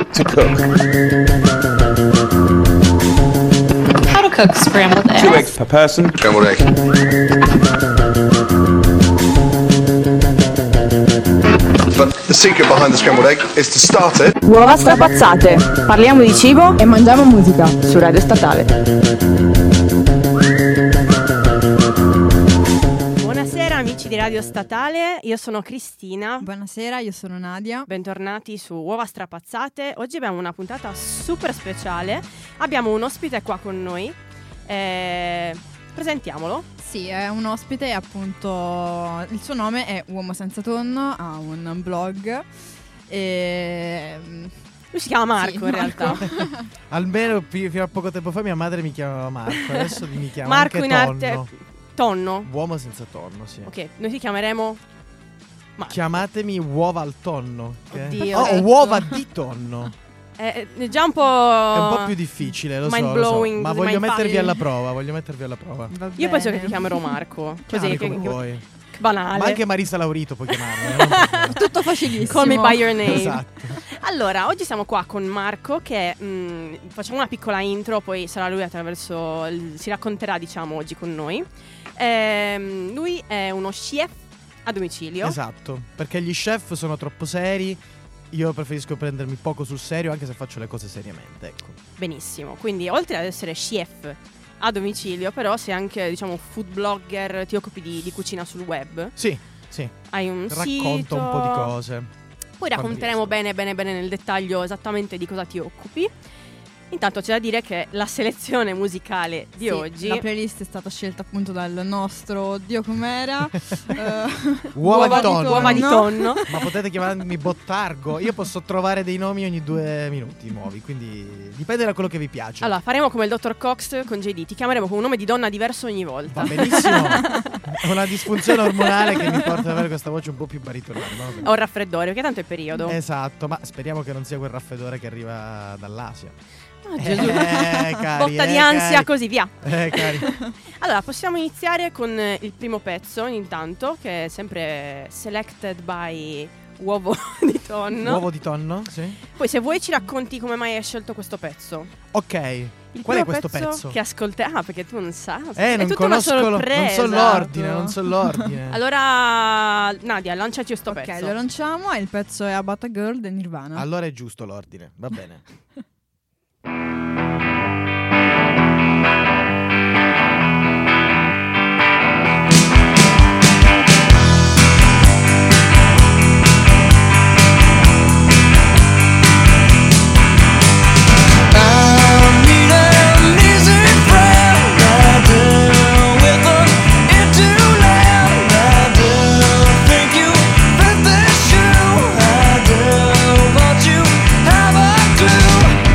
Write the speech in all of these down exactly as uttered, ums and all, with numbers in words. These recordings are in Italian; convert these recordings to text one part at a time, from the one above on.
to cook. How to cook scrambled eggs. Two eggs per person. Scrambled egg. But the secret behind the scrambled egg is to start it. Uova strapazzate. Parliamo di cibo e mangiamo musica su Radio Statale. Buonasera amici di Radio Statale, io sono Cristina. Buonasera, io sono Nadia. Bentornati su Uova Strapazzate. Oggi abbiamo una puntata super speciale. Abbiamo un ospite qua con noi. Eh, presentiamolo. Sì, è un ospite, appunto, il suo nome è Uomo Senza Tonno, ha un blog e... Lui si chiama Marco, sì, in Marco. realtà. Almeno fino a poco tempo fa mia madre mi chiamava Marco, adesso mi chiama Marco anche in Tonno. arte Tonno. Uomo senza tonno, sì. Ok, noi ti chiameremo Marco. Chiamatemi uova al tonno. Che... Oddio. Oh, uova di tonno. È, è già un po'... È un po' più difficile, lo so, mind lo blowing, so. Ma così, voglio mind mettervi fucking. alla prova, voglio mettervi alla prova. Va Io bene. penso che ti chiamerò Marco. Così, Chiamami che, come che- vuoi. che banale. Ma anche Marisa Laurito puoi chiamarmi. non è Tutto facilissimo. Call me by your name. Esatto. Allora, oggi siamo qua con Marco che mh, facciamo una piccola intro, poi sarà lui attraverso il- si racconterà, diciamo, oggi con noi. Ehm, lui è uno chef a domicilio. Esatto, perché gli chef sono troppo seri. Io preferisco prendermi poco sul serio, anche se faccio le cose seriamente, ecco. Benissimo. Quindi, oltre ad essere chef a domicilio, però sei anche, diciamo, food blogger, ti occupi di, di cucina sul web. Sì, sì, Hai un racconto sito. un po' di cose. Poi racconteremo Quando bene bene bene nel dettaglio esattamente di cosa ti occupi. Intanto c'è da dire che la selezione musicale di Sì, oggi la playlist è stata scelta appunto dal nostro Dio com'era. Eh, Uova di di tonno. uova di tonno. Ma potete chiamarmi Bottargo. Io posso trovare dei nomi ogni due minuti nuovi, quindi dipende da quello che vi piace. Allora, faremo come il dottor Cox con J D. Ti chiameremo con un nome di donna diverso ogni volta. Va benissimo. È una disfunzione ormonale che mi porta ad avere questa voce un po' più baritonale. ma va bene. Ho un raffreddore, perché tanto è periodo. Esatto, ma speriamo che non sia quel raffreddore che arriva dall'Asia. Ah, Gesù. Eh, cari, Botta eh, di ansia, cari. così via. Eh, cari. Allora, possiamo iniziare con eh, il primo pezzo, intanto, che è sempre selected by Uovo di Tonno. Uovo di tonno? Sì. Poi, se vuoi, ci racconti come mai hai scelto questo pezzo. Ok. Il Qual è primo questo pezzo? Che ascolterà? Ah, perché tu non sai. Eh, è non tutta una conosco lo- non sorpresa. so l'ordine, non so l'ordine. Allora, Nadia, lanciaci questo ok, pezzo. lo lanciamo e il pezzo è About a Girl di Nirvana. Allora è giusto l'ordine, va bene. But you have a clue.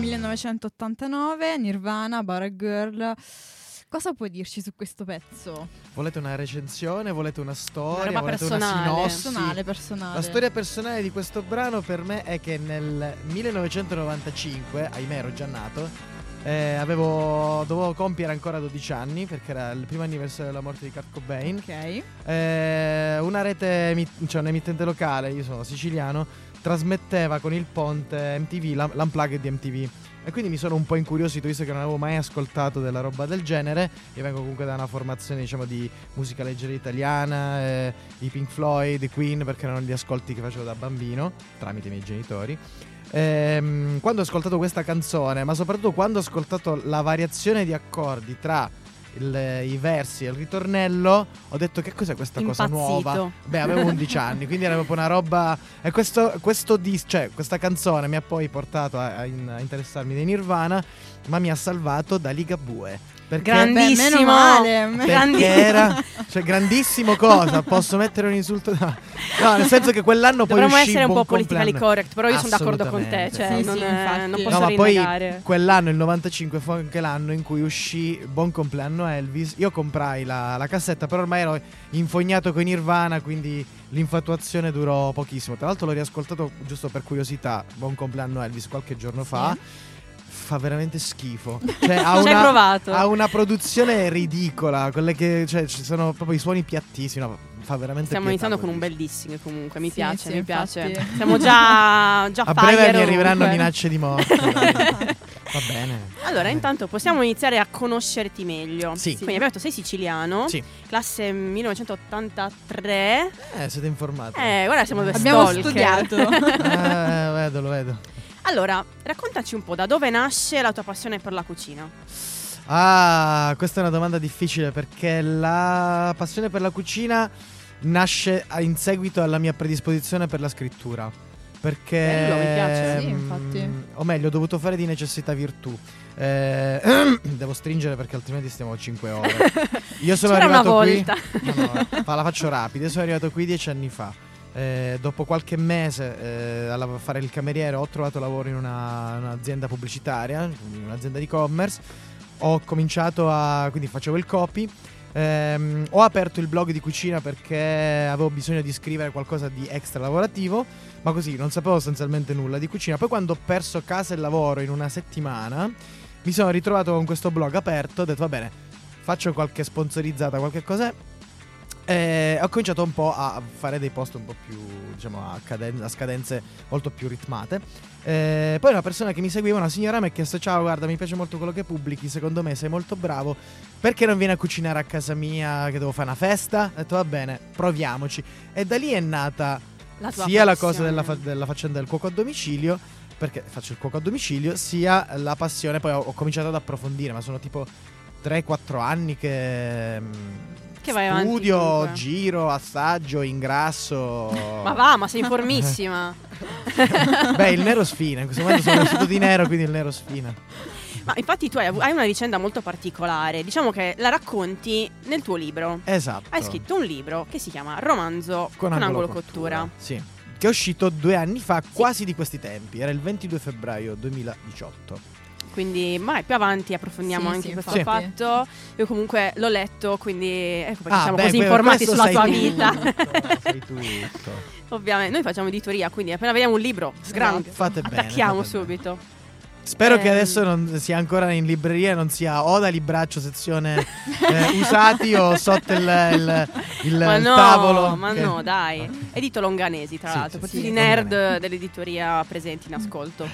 millenovecentottantanove, Nirvana, Bar Girl. Cosa puoi dirci su questo pezzo? Volete una recensione? Volete una storia? Una roba volete personale. una sinossi? Personale, personale. La storia personale di questo brano per me è che nel millenovecentonovantacinque, ahimè ero già nato, eh, avevo, dovevo compiere ancora dodici anni perché era il primo anniversario della morte di Kurt Cobain. Ok. Eh, una rete, emi- cioè un'emittente locale, io sono siciliano, trasmetteva con il ponte M T V, l'un- l'unplugged di M T V. E quindi mi sono un po' incuriosito, visto che non avevo mai ascoltato della roba del genere. Io vengo comunque da una formazione, diciamo, di musica leggera italiana, eh, i Pink Floyd, i Queen, perché erano gli ascolti che facevo da bambino, tramite i miei genitori. Ehm, quando ho ascoltato questa canzone, ma soprattutto quando ho ascoltato la variazione di accordi tra il, i versi e il ritornello, ho detto: che cos'è questa cosa Impazzito. nuova? Beh, avevo undici anni, quindi era proprio una roba. E questo, questo dis- cioè, questa canzone mi ha poi portato a, a, in- a interessarmi dei Nirvana, ma mi ha salvato da Ligabue. Perché Grandissimo. Beh, meno male. perché Grandi- era, cioè, grandissimo cosa. Posso mettere un insulto? No, no, nel senso che quell'anno poi Dovremmo uscì essere un Buon po' politically Compleanno. correct, però io sono d'accordo con te, Assolutamente. cioè Sì, non, sì, eh, infatti. non No, posso No, ma poi rinnegare. quell'anno, il novantacinque, fu anche l'anno in cui uscì Buon Compleanno Elvis. Io comprai la, la cassetta, però ormai ero infognato con Nirvana, quindi l'infatuazione durò pochissimo. Tra l'altro l'ho riascoltato giusto per curiosità, Buon Compleanno Elvis, qualche giorno fa. Fa veramente schifo. Cioè, ha Ci hai una, provato? ha una produzione ridicola. Quelle che, cioè, ci sono proprio i suoni piattissimi. No, fa veramente Stiamo pietà iniziando con un quel bel dissing comunque, mi Sì, piace, sì, mi piace. infatti. Siamo già, già A breve fire mi arriveranno ovunque. minacce di morte. dai. Va bene. Allora, intanto possiamo iniziare a conoscerti meglio. Sì. Quindi abbiamo detto sei siciliano, Sì. classe millenovecentottantatré. Eh, siete informati. Eh, guarda, siamo due Abbiamo stalker. studiato. Eh, vedo, lo vedo. Allora, raccontaci un po' da dove nasce la tua passione per la cucina. Ah, questa è una domanda difficile perché la passione per la cucina nasce a- in seguito alla mia predisposizione per la scrittura. Perché Bello, mi piace. Sì, mm, infatti. o meglio, ho dovuto fare di necessità virtù. Eh, devo stringere perché altrimenti stiamo a cinque ore. Io sono C'era una arrivato qui. volta. No, no, fa- la faccio rapida. Io sono arrivato qui dieci anni fa. Eh, dopo qualche mese eh, a lav- fare il cameriere ho trovato lavoro in una- un'azienda pubblicitaria, in un'azienda di e-commerce. Ho cominciato a, quindi facevo il copy. Ehm, ho aperto il blog di cucina perché avevo bisogno di scrivere qualcosa di extra lavorativo, ma così non sapevo sostanzialmente nulla di cucina. Poi quando ho perso casa e lavoro in una settimana mi sono ritrovato con questo blog aperto, ho detto va bene, faccio qualche sponsorizzata, qualche cosa. E ho cominciato un po' a fare dei post un po' più, diciamo, a, caden- a scadenze molto più ritmate. Eh, poi una persona che mi seguiva, una signora, mi ha chiesto: ciao, guarda, mi piace molto quello che pubblichi, secondo me sei molto bravo, perché non vieni a cucinare a casa mia che devo fare una festa? Ho detto va bene, proviamoci. E da lì è nata La tua sia la passione. cosa della, fa- della faccenda del cuoco a domicilio, perché faccio il cuoco a domicilio, sia la passione. Poi ho, ho cominciato ad approfondire, ma sono tipo tre quattro anni che... mm, Che vai avanti studio, comunque. giro, assaggio, ingrasso. Ma va, ma sei informissima. Beh, il nero sfina. In questo momento sono vestito di nero, quindi il nero sfina. Ma infatti tu hai, hai una vicenda molto particolare. Diciamo che la racconti nel tuo libro. Esatto. Hai scritto un libro che si chiama Romanzo con, angolo cottura. Sì. Che è uscito due anni fa, quasi di questi tempi. Era il ventidue febbraio duemiladiciotto. Quindi magari più avanti approfondiamo Sì, anche sì, questo infatti. fatto. Io comunque l'ho letto, quindi ecco perché Ah, siamo beh, così que- informati questo sulla sai tua tutto, vita. sai tutto. Ovviamente noi facciamo editoria, quindi appena vediamo un libro, sgrang, Fate bene, attacchiamo fate bene. subito. Spero che Ehm. adesso non sia ancora in libreria, non sia o da libraccio sezione eh, usati o sotto il, il, il Ma no, tavolo. ma che- no, dai. Edito Longanesi, tra Sì, l'altro, sì, per tutti sì, i va nerd bene. dell'editoria presenti in ascolto.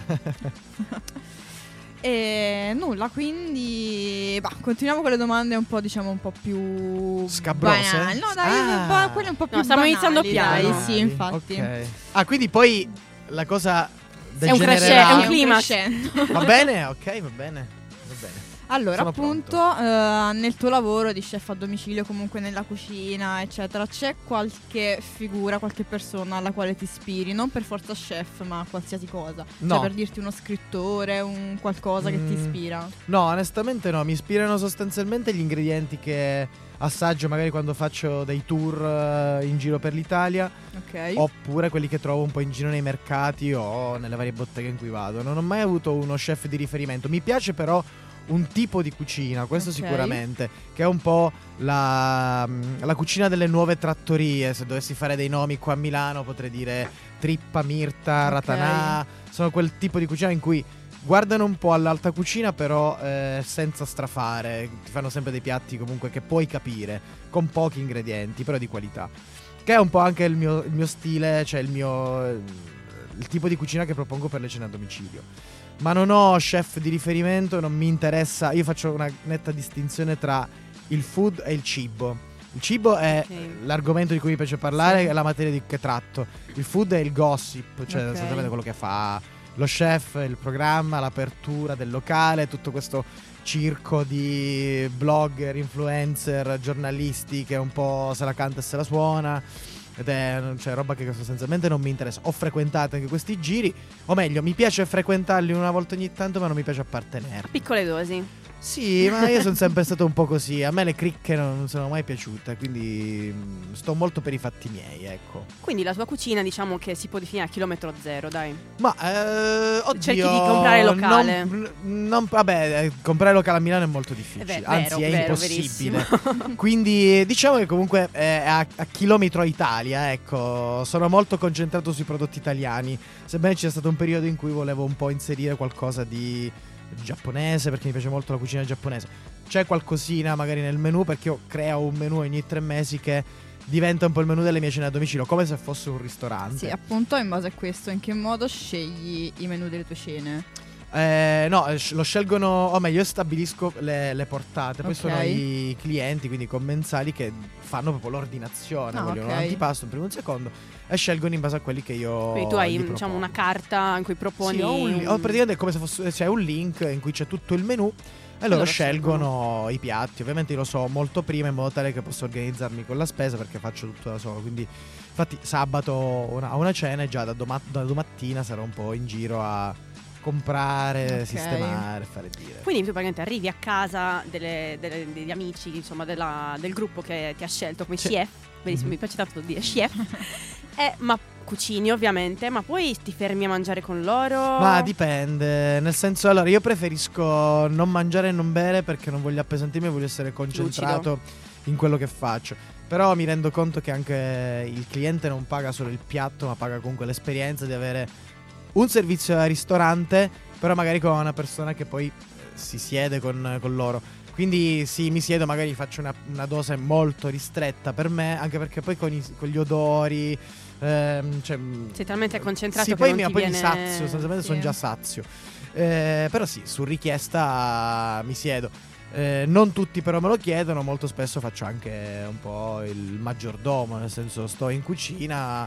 E nulla, quindi bah, continuiamo con le domande un po', diciamo, un po' più Scabrose? banali. No, dai, Ah. un po', quelle un po' più No, stiamo banali, iniziando dai, piano. Sì, infatti. Ok. Ah, quindi poi la cosa È un degenererà. crescendo, è un È climax. crescendo. Va bene? Ok, va bene. Va bene. Allora, Sono appunto, eh, nel tuo lavoro di chef a domicilio, comunque nella cucina, eccetera, c'è qualche figura, qualche persona alla quale ti ispiri? Non per forza chef, ma qualsiasi cosa. No. Cioè, per dirti uno scrittore, un qualcosa che ti Mm. ispira. No, onestamente no, mi ispirano sostanzialmente gli ingredienti che assaggio magari quando faccio dei tour eh, in giro per l'Italia, Ok. oppure quelli che trovo un po' in giro nei mercati o nelle varie botteghe in cui vado. Non ho mai avuto uno chef di riferimento. Mi piace però un tipo di cucina, questo Ok. sicuramente, che è un po' la, la cucina delle nuove trattorie. Se dovessi fare dei nomi qua a Milano potrei dire Trippa, Mirta, Ok. Ratanà. Sono quel tipo di cucina in cui guardano un po' all'alta cucina, però eh, senza strafare. Ti fanno sempre dei piatti comunque che puoi capire, con pochi ingredienti, però di qualità. Che è un po' anche il mio, il mio stile, cioè il mio il tipo di cucina che propongo per le cene a domicilio. Ma non ho chef di riferimento, non mi interessa. Io faccio una netta distinzione tra il food e il cibo. Il cibo è Ok. l'argomento di cui mi piace parlare, Sì. è la materia di che tratto. Il food è il gossip, cioè Ok. sostanzialmente quello che fa lo chef, il programma, l'apertura del locale, tutto questo circo di blogger, influencer, giornalisti che un po' se la canta e se la suona. Ed è cioè, roba che sostanzialmente non mi interessa. Ho frequentato anche questi giri, o meglio, mi piace frequentarli una volta ogni tanto, ma non mi piace appartenere. Piccole dosi. Sì, ma io sono sempre stato un po' così. A me le cricche non, non sono mai piaciute, quindi mm, sto molto per i fatti miei, ecco. Quindi la tua cucina diciamo che si può definire a chilometro zero, dai. Ma eh, oddio, Cerchi di comprare locale. Non, non- vabbè, eh, comprare locale a Milano è molto difficile, Eh beh, anzi vero, è vero, impossibile. verissimo. Quindi diciamo che comunque è a, a chilometro Italia, ecco. Sono molto concentrato sui prodotti italiani, sebbene ci sia stato un periodo in cui volevo un po' inserire qualcosa di giapponese, perché mi piace molto la cucina giapponese. C'è qualcosina magari nel menù, perché io creo un menù ogni tre mesi che diventa un po' il menù delle mie cene a domicilio, come se fosse un ristorante. Sì, appunto, in base a questo, in che modo scegli i menù delle tue cene? Eh, no, eh, lo scelgono, o meglio, io stabilisco le, le portate. Poi Ok. sono i clienti, quindi i commensali, che fanno proprio l'ordinazione. Ah, vogliono ok. un antipasto, un primo e un secondo, e scelgono in base a quelli che io. Quindi tu hai gli diciamo propongo. una carta in cui proponi Sì, ho, un li- un- ho praticamente è come se fosse c'è un link in cui c'è tutto il menù. E loro loro scelgono i piatti. Ovviamente io lo so molto prima, in modo tale che posso organizzarmi con la spesa, perché faccio tutto da solo. Quindi, infatti, sabato ho una, ho una cena e già da, doma- da domattina sarò un po' in giro a comprare, Ok. sistemare, fare dire. Quindi tu praticamente arrivi a casa delle- delle- degli amici, insomma, della- del gruppo che ti ha scelto come Sì. chef. Benissimo, Mhm. mi piace tanto dire chef. Eh, ma cucini ovviamente, ma poi ti fermi a mangiare con loro? Ma dipende, nel senso, allora io preferisco non mangiare e non bere perché non voglio appesantirmi, voglio essere concentrato in quello che faccio. Però mi rendo conto che anche il cliente non paga solo il piatto, ma paga comunque l'esperienza di avere un servizio al ristorante, però magari con una persona che poi eh, si siede con, con loro. Quindi sì, mi siedo, magari faccio una, una dose molto ristretta per me, anche perché poi con, i- con gli odori, ehm, cioè, Sei talmente concentrato sì, che poi non mi, ti poi viene... mi sazio, sostanzialmente sì. sono già sazio. Eh, però sì, su richiesta mi siedo. Eh, non tutti però me lo chiedono, molto spesso faccio anche un po' il maggiordomo, nel senso sto in cucina,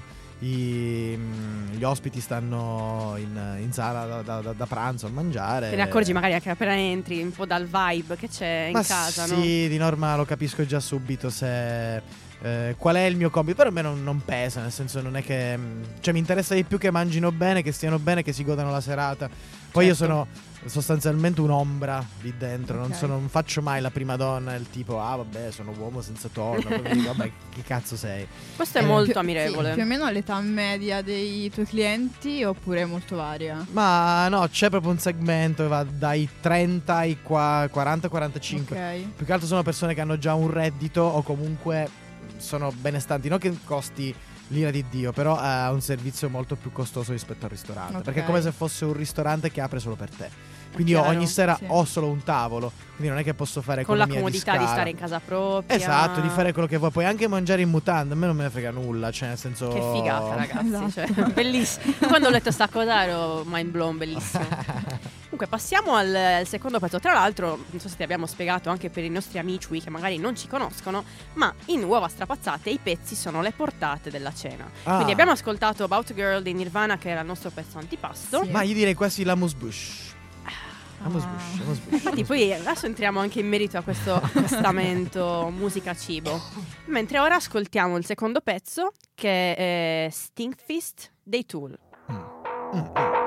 i- gli ospiti stanno in, in sala da, da- da- da pranzo a mangiare. Te ne accorgi magari anche appena entri, un po' dal vibe che c'è in Ma casa, sì, no? di norma lo capisco già subito se eh, qual è il mio compito. Però a me non, non pesa, nel senso non è che mm, cioè mi interessa di più che mangino bene, che stiano bene, che si godano la serata. Poi io Certo. sono sostanzialmente un'ombra lì dentro, non, Ok. sono- non faccio mai la prima donna, il tipo ah vabbè sono uomo senza tonno. Poi mi dico vabbè che cazzo sei. Questo è Eh, molto Più- ammirevole. sì, più o meno l'età media dei tuoi clienti, oppure è molto varia? Ma no, c'è proprio un segmento che va dai trenta ai qua- quaranta quarantacinque. Ok. Più che altro sono persone che hanno già un reddito o comunque sono benestanti, non che costi l'ira di Dio, però ha un servizio molto più costoso rispetto al ristorante, Ok. perché è come se fosse un ristorante che apre solo per te. Quindi io Chiaro, ogni sera sì. ho solo un tavolo, quindi non è che posso fare Con la economia comodità di, di, scala. stare in casa propria. Esatto, di fare quello che vuoi. Puoi anche mangiare in mutanda, a me non me ne frega nulla, cioè nel senso Che figata, ragazzi. Esatto. Cioè, bellissimo. Quando ho letto sta cosa ero mind blown, bellissimo. Comunque, passiamo al, al secondo pezzo. Tra l'altro, non so se ti abbiamo spiegato anche per i nostri amici che magari non ci conoscono, ma in Uova Strapazzate i pezzi sono le portate della cena. Ah. Quindi abbiamo ascoltato About a Girl di Nirvana, che era il nostro pezzo antipasto. Sì. Ma io direi quasi la mousse bouche. Amos Bush, Amos Bush. Infatti poi adesso entriamo anche in merito a questo accostamento musica-cibo. Mentre ora ascoltiamo il secondo pezzo, che è Stinkfist dei Tool. Mm. Mm.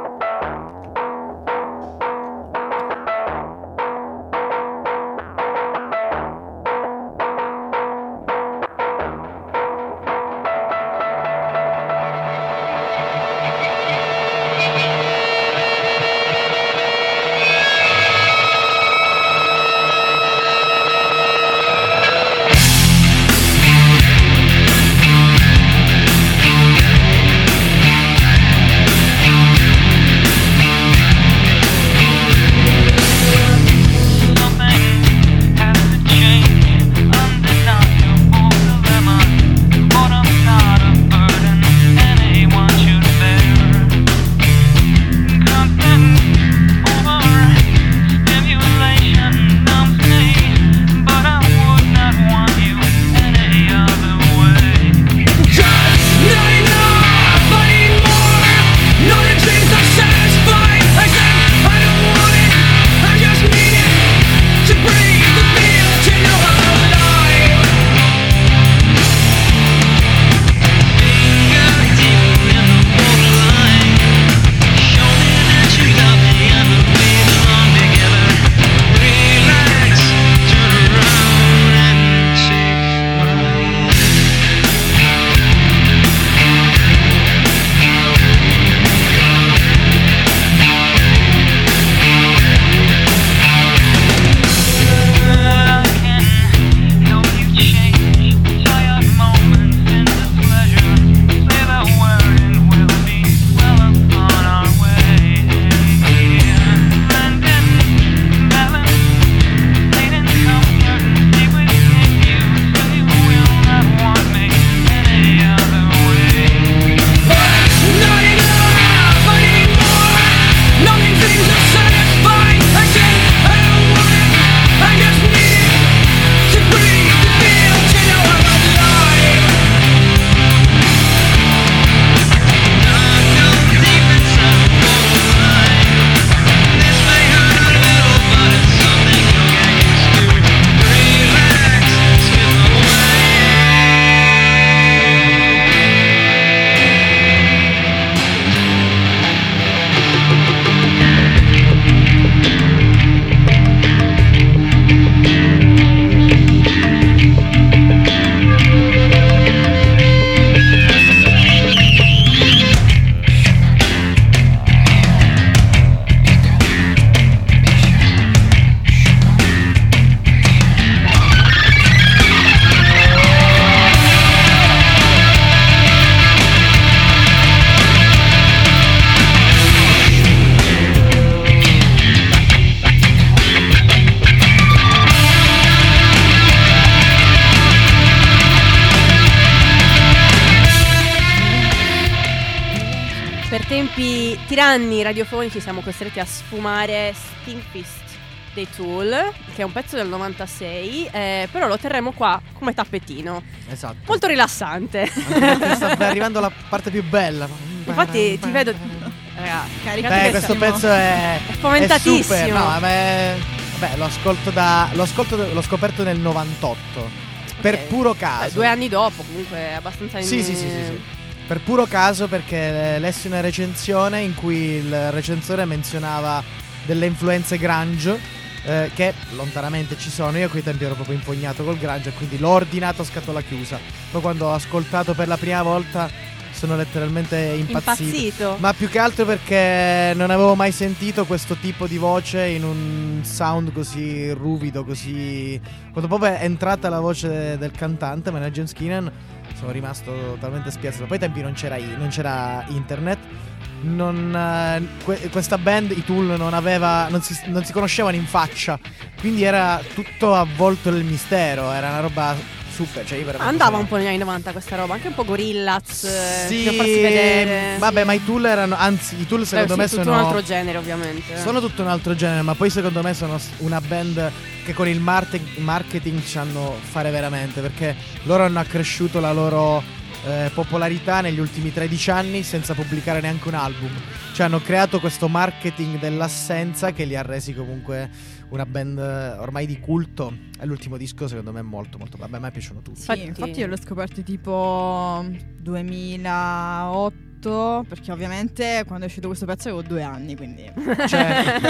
tempi tiranni radiofonici siamo costretti a sfumare Stinkfist dei Tool, che è un pezzo del novantasei, eh, però lo terremo qua come tappetino. Esatto. Molto rilassante. Sta arrivando la parte più bella. Infatti ti vedo, ragazzi, caricatissimo. Beh, questo pezzo è, è fomentatissimo. È super, no, ma è, vabbè, lo ascolto da lo ascolto l'ho scoperto nel novantotto. Okay. Per puro caso. Eh, due anni dopo, comunque è abbastanza in... Sì, sì, sì, sì, sì. Per puro caso, perché lessi una recensione in cui il recensore menzionava delle influenze grunge, eh, che lontanamente ci sono. Io a quei tempi ero proprio impugnato col grunge e quindi l'ho ordinato a scatola chiusa. Poi quando ho ascoltato per la prima volta sono letteralmente impazzito. Impazzito. Ma più che altro perché non avevo mai sentito questo tipo di voce in un sound così ruvido, così... Quando proprio è entrata la voce del cantante, Maynard James Keenan, sono rimasto totalmente spiazzato. Poi ai tempi non c'era, non c'era internet, non, uh, que- questa band, i Tool, non aveva, non si, non si conoscevano in faccia, quindi era tutto avvolto nel mistero. Era una roba super, cioè io andava sono... un po' negli anni novanta questa roba, anche un po' Gorillaz, sì, per farsi vedere. Vabbè, sì. Ma i Tool erano, anzi i Tool secondo Beh, me sì, sono tutto un altro genere, ovviamente. Sono tutto un altro genere, ma poi secondo me sono una band che con il marte- marketing ci hanno fare veramente, perché loro hanno accresciuto la loro eh, popolarità negli ultimi tredici anni senza pubblicare neanche un album. Cioè hanno creato questo marketing dell'assenza che li ha resi comunque una band eh, ormai di culto. E l'ultimo disco secondo me è molto molto vabbè, a me piacciono tutti. Sì, infatti io l'ho scoperto tipo duemilaotto, perché ovviamente quando è uscito questo pezzo avevo due anni, quindi Cioè,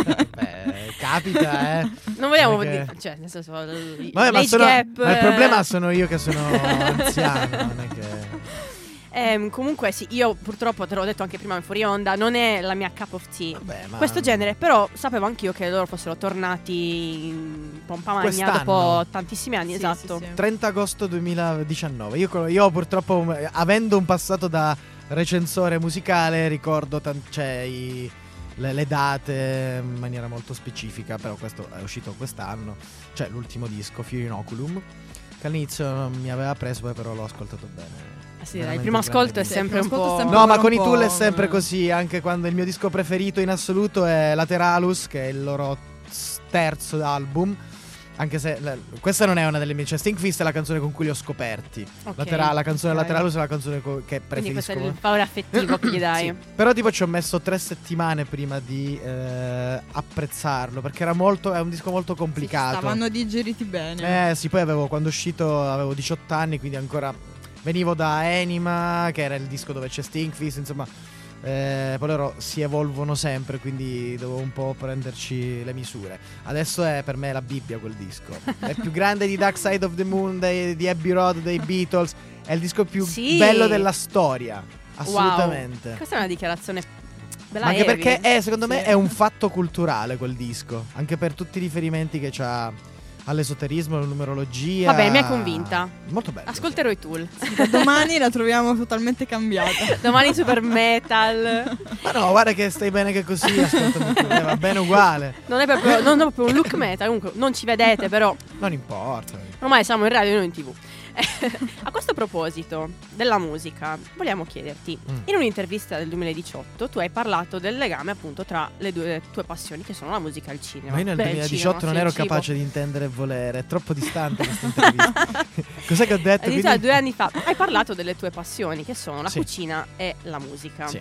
beh, capita, eh. Non vogliamo Perché- dire, cioè, nel senso, l- Vabbè, ma, l'age sono- gap. ma il eh, problema sono io che sono anziano, non è che... ehm, comunque, sì, io purtroppo te l'ho detto anche prima in fuori onda, non è la mia cup of tea. Vabbè, ma... Questo genere, però sapevo anch'io che loro fossero tornati in pompa magna Quest'anno. dopo tantissimi anni, Sì, esatto. sì, sì. trenta agosto duemiladiciannove. Io, io purtroppo, eh, avendo un passato da recensore musicale, ricordo tan- cioè, i- le, le date in maniera molto specifica. Però questo è uscito quest'anno, cioè l'ultimo disco, Fear Inoculum, che all'inizio non mi aveva preso, poi però l'ho ascoltato bene. Ah, sì, dai, Veramente il primo un grande ascolto è disco. sempre il un primo ascolto po'. è sempre- No, ma un con i po', Tool è sempre eh. così. Anche quando il mio disco preferito in assoluto è Lateralus, che è il loro s- terzo album. Anche se la- questa non è una delle mie. Cioè, Stinkfist è la canzone con cui li ho scoperti. Ok, Latera- la canzone ok. Lateralus è la canzone co- che Quindi questo preferisco. è il valore affettivo che gli dai. Sì. Però tipo ci ho messo tre settimane prima di eh, apprezzarlo, perché era molto, è un disco molto complicato. stavano digeriti bene. Eh sì, poi avevo, quando è uscito avevo diciotto anni, quindi ancora venivo da Anima, che era il disco dove c'è Stinkfist, insomma. Eh, poi loro si evolvono sempre, quindi dovevo un po' prenderci le misure. Adesso è per me la Bibbia quel disco. È più grande di Dark Side of the Moon, dei- di Abbey Road, dei Beatles. È il disco più Sì. bello della storia. Assolutamente. Wow. Questa è una dichiarazione bella. Ma anche heavy. perché è, secondo me Sì. è un fatto culturale quel disco. Anche per tutti i riferimenti che c'ha all'esoterismo, alla numerologia. Vabbè, mi hai convinta. Molto bello. Ascolterò i Tool. Da domani la troviamo totalmente cambiata. Domani super metal. Sì. Ma no, guarda che stai bene che così. Ascoltami tu, eh, va bene uguale. Non è proprio, non è proprio un look metal. Comunque non ci vedete, però Non importa. ormai siamo in radio e non in tv. A questo proposito della musica, vogliamo chiederti, Mm. in un'intervista del duemiladiciotto tu hai parlato del legame appunto tra le due tue passioni, che sono la musica e il cinema. Ma io nel Beh, il duemiladiciotto cinema, non sì, ero il cibo. capace di intendere e volere. È troppo distante questa intervista. Cos'è che ho detto? Hai iniziato Quindi- due anni fa. Hai parlato delle tue passioni, che sono la Sì. cucina e la musica. Sì.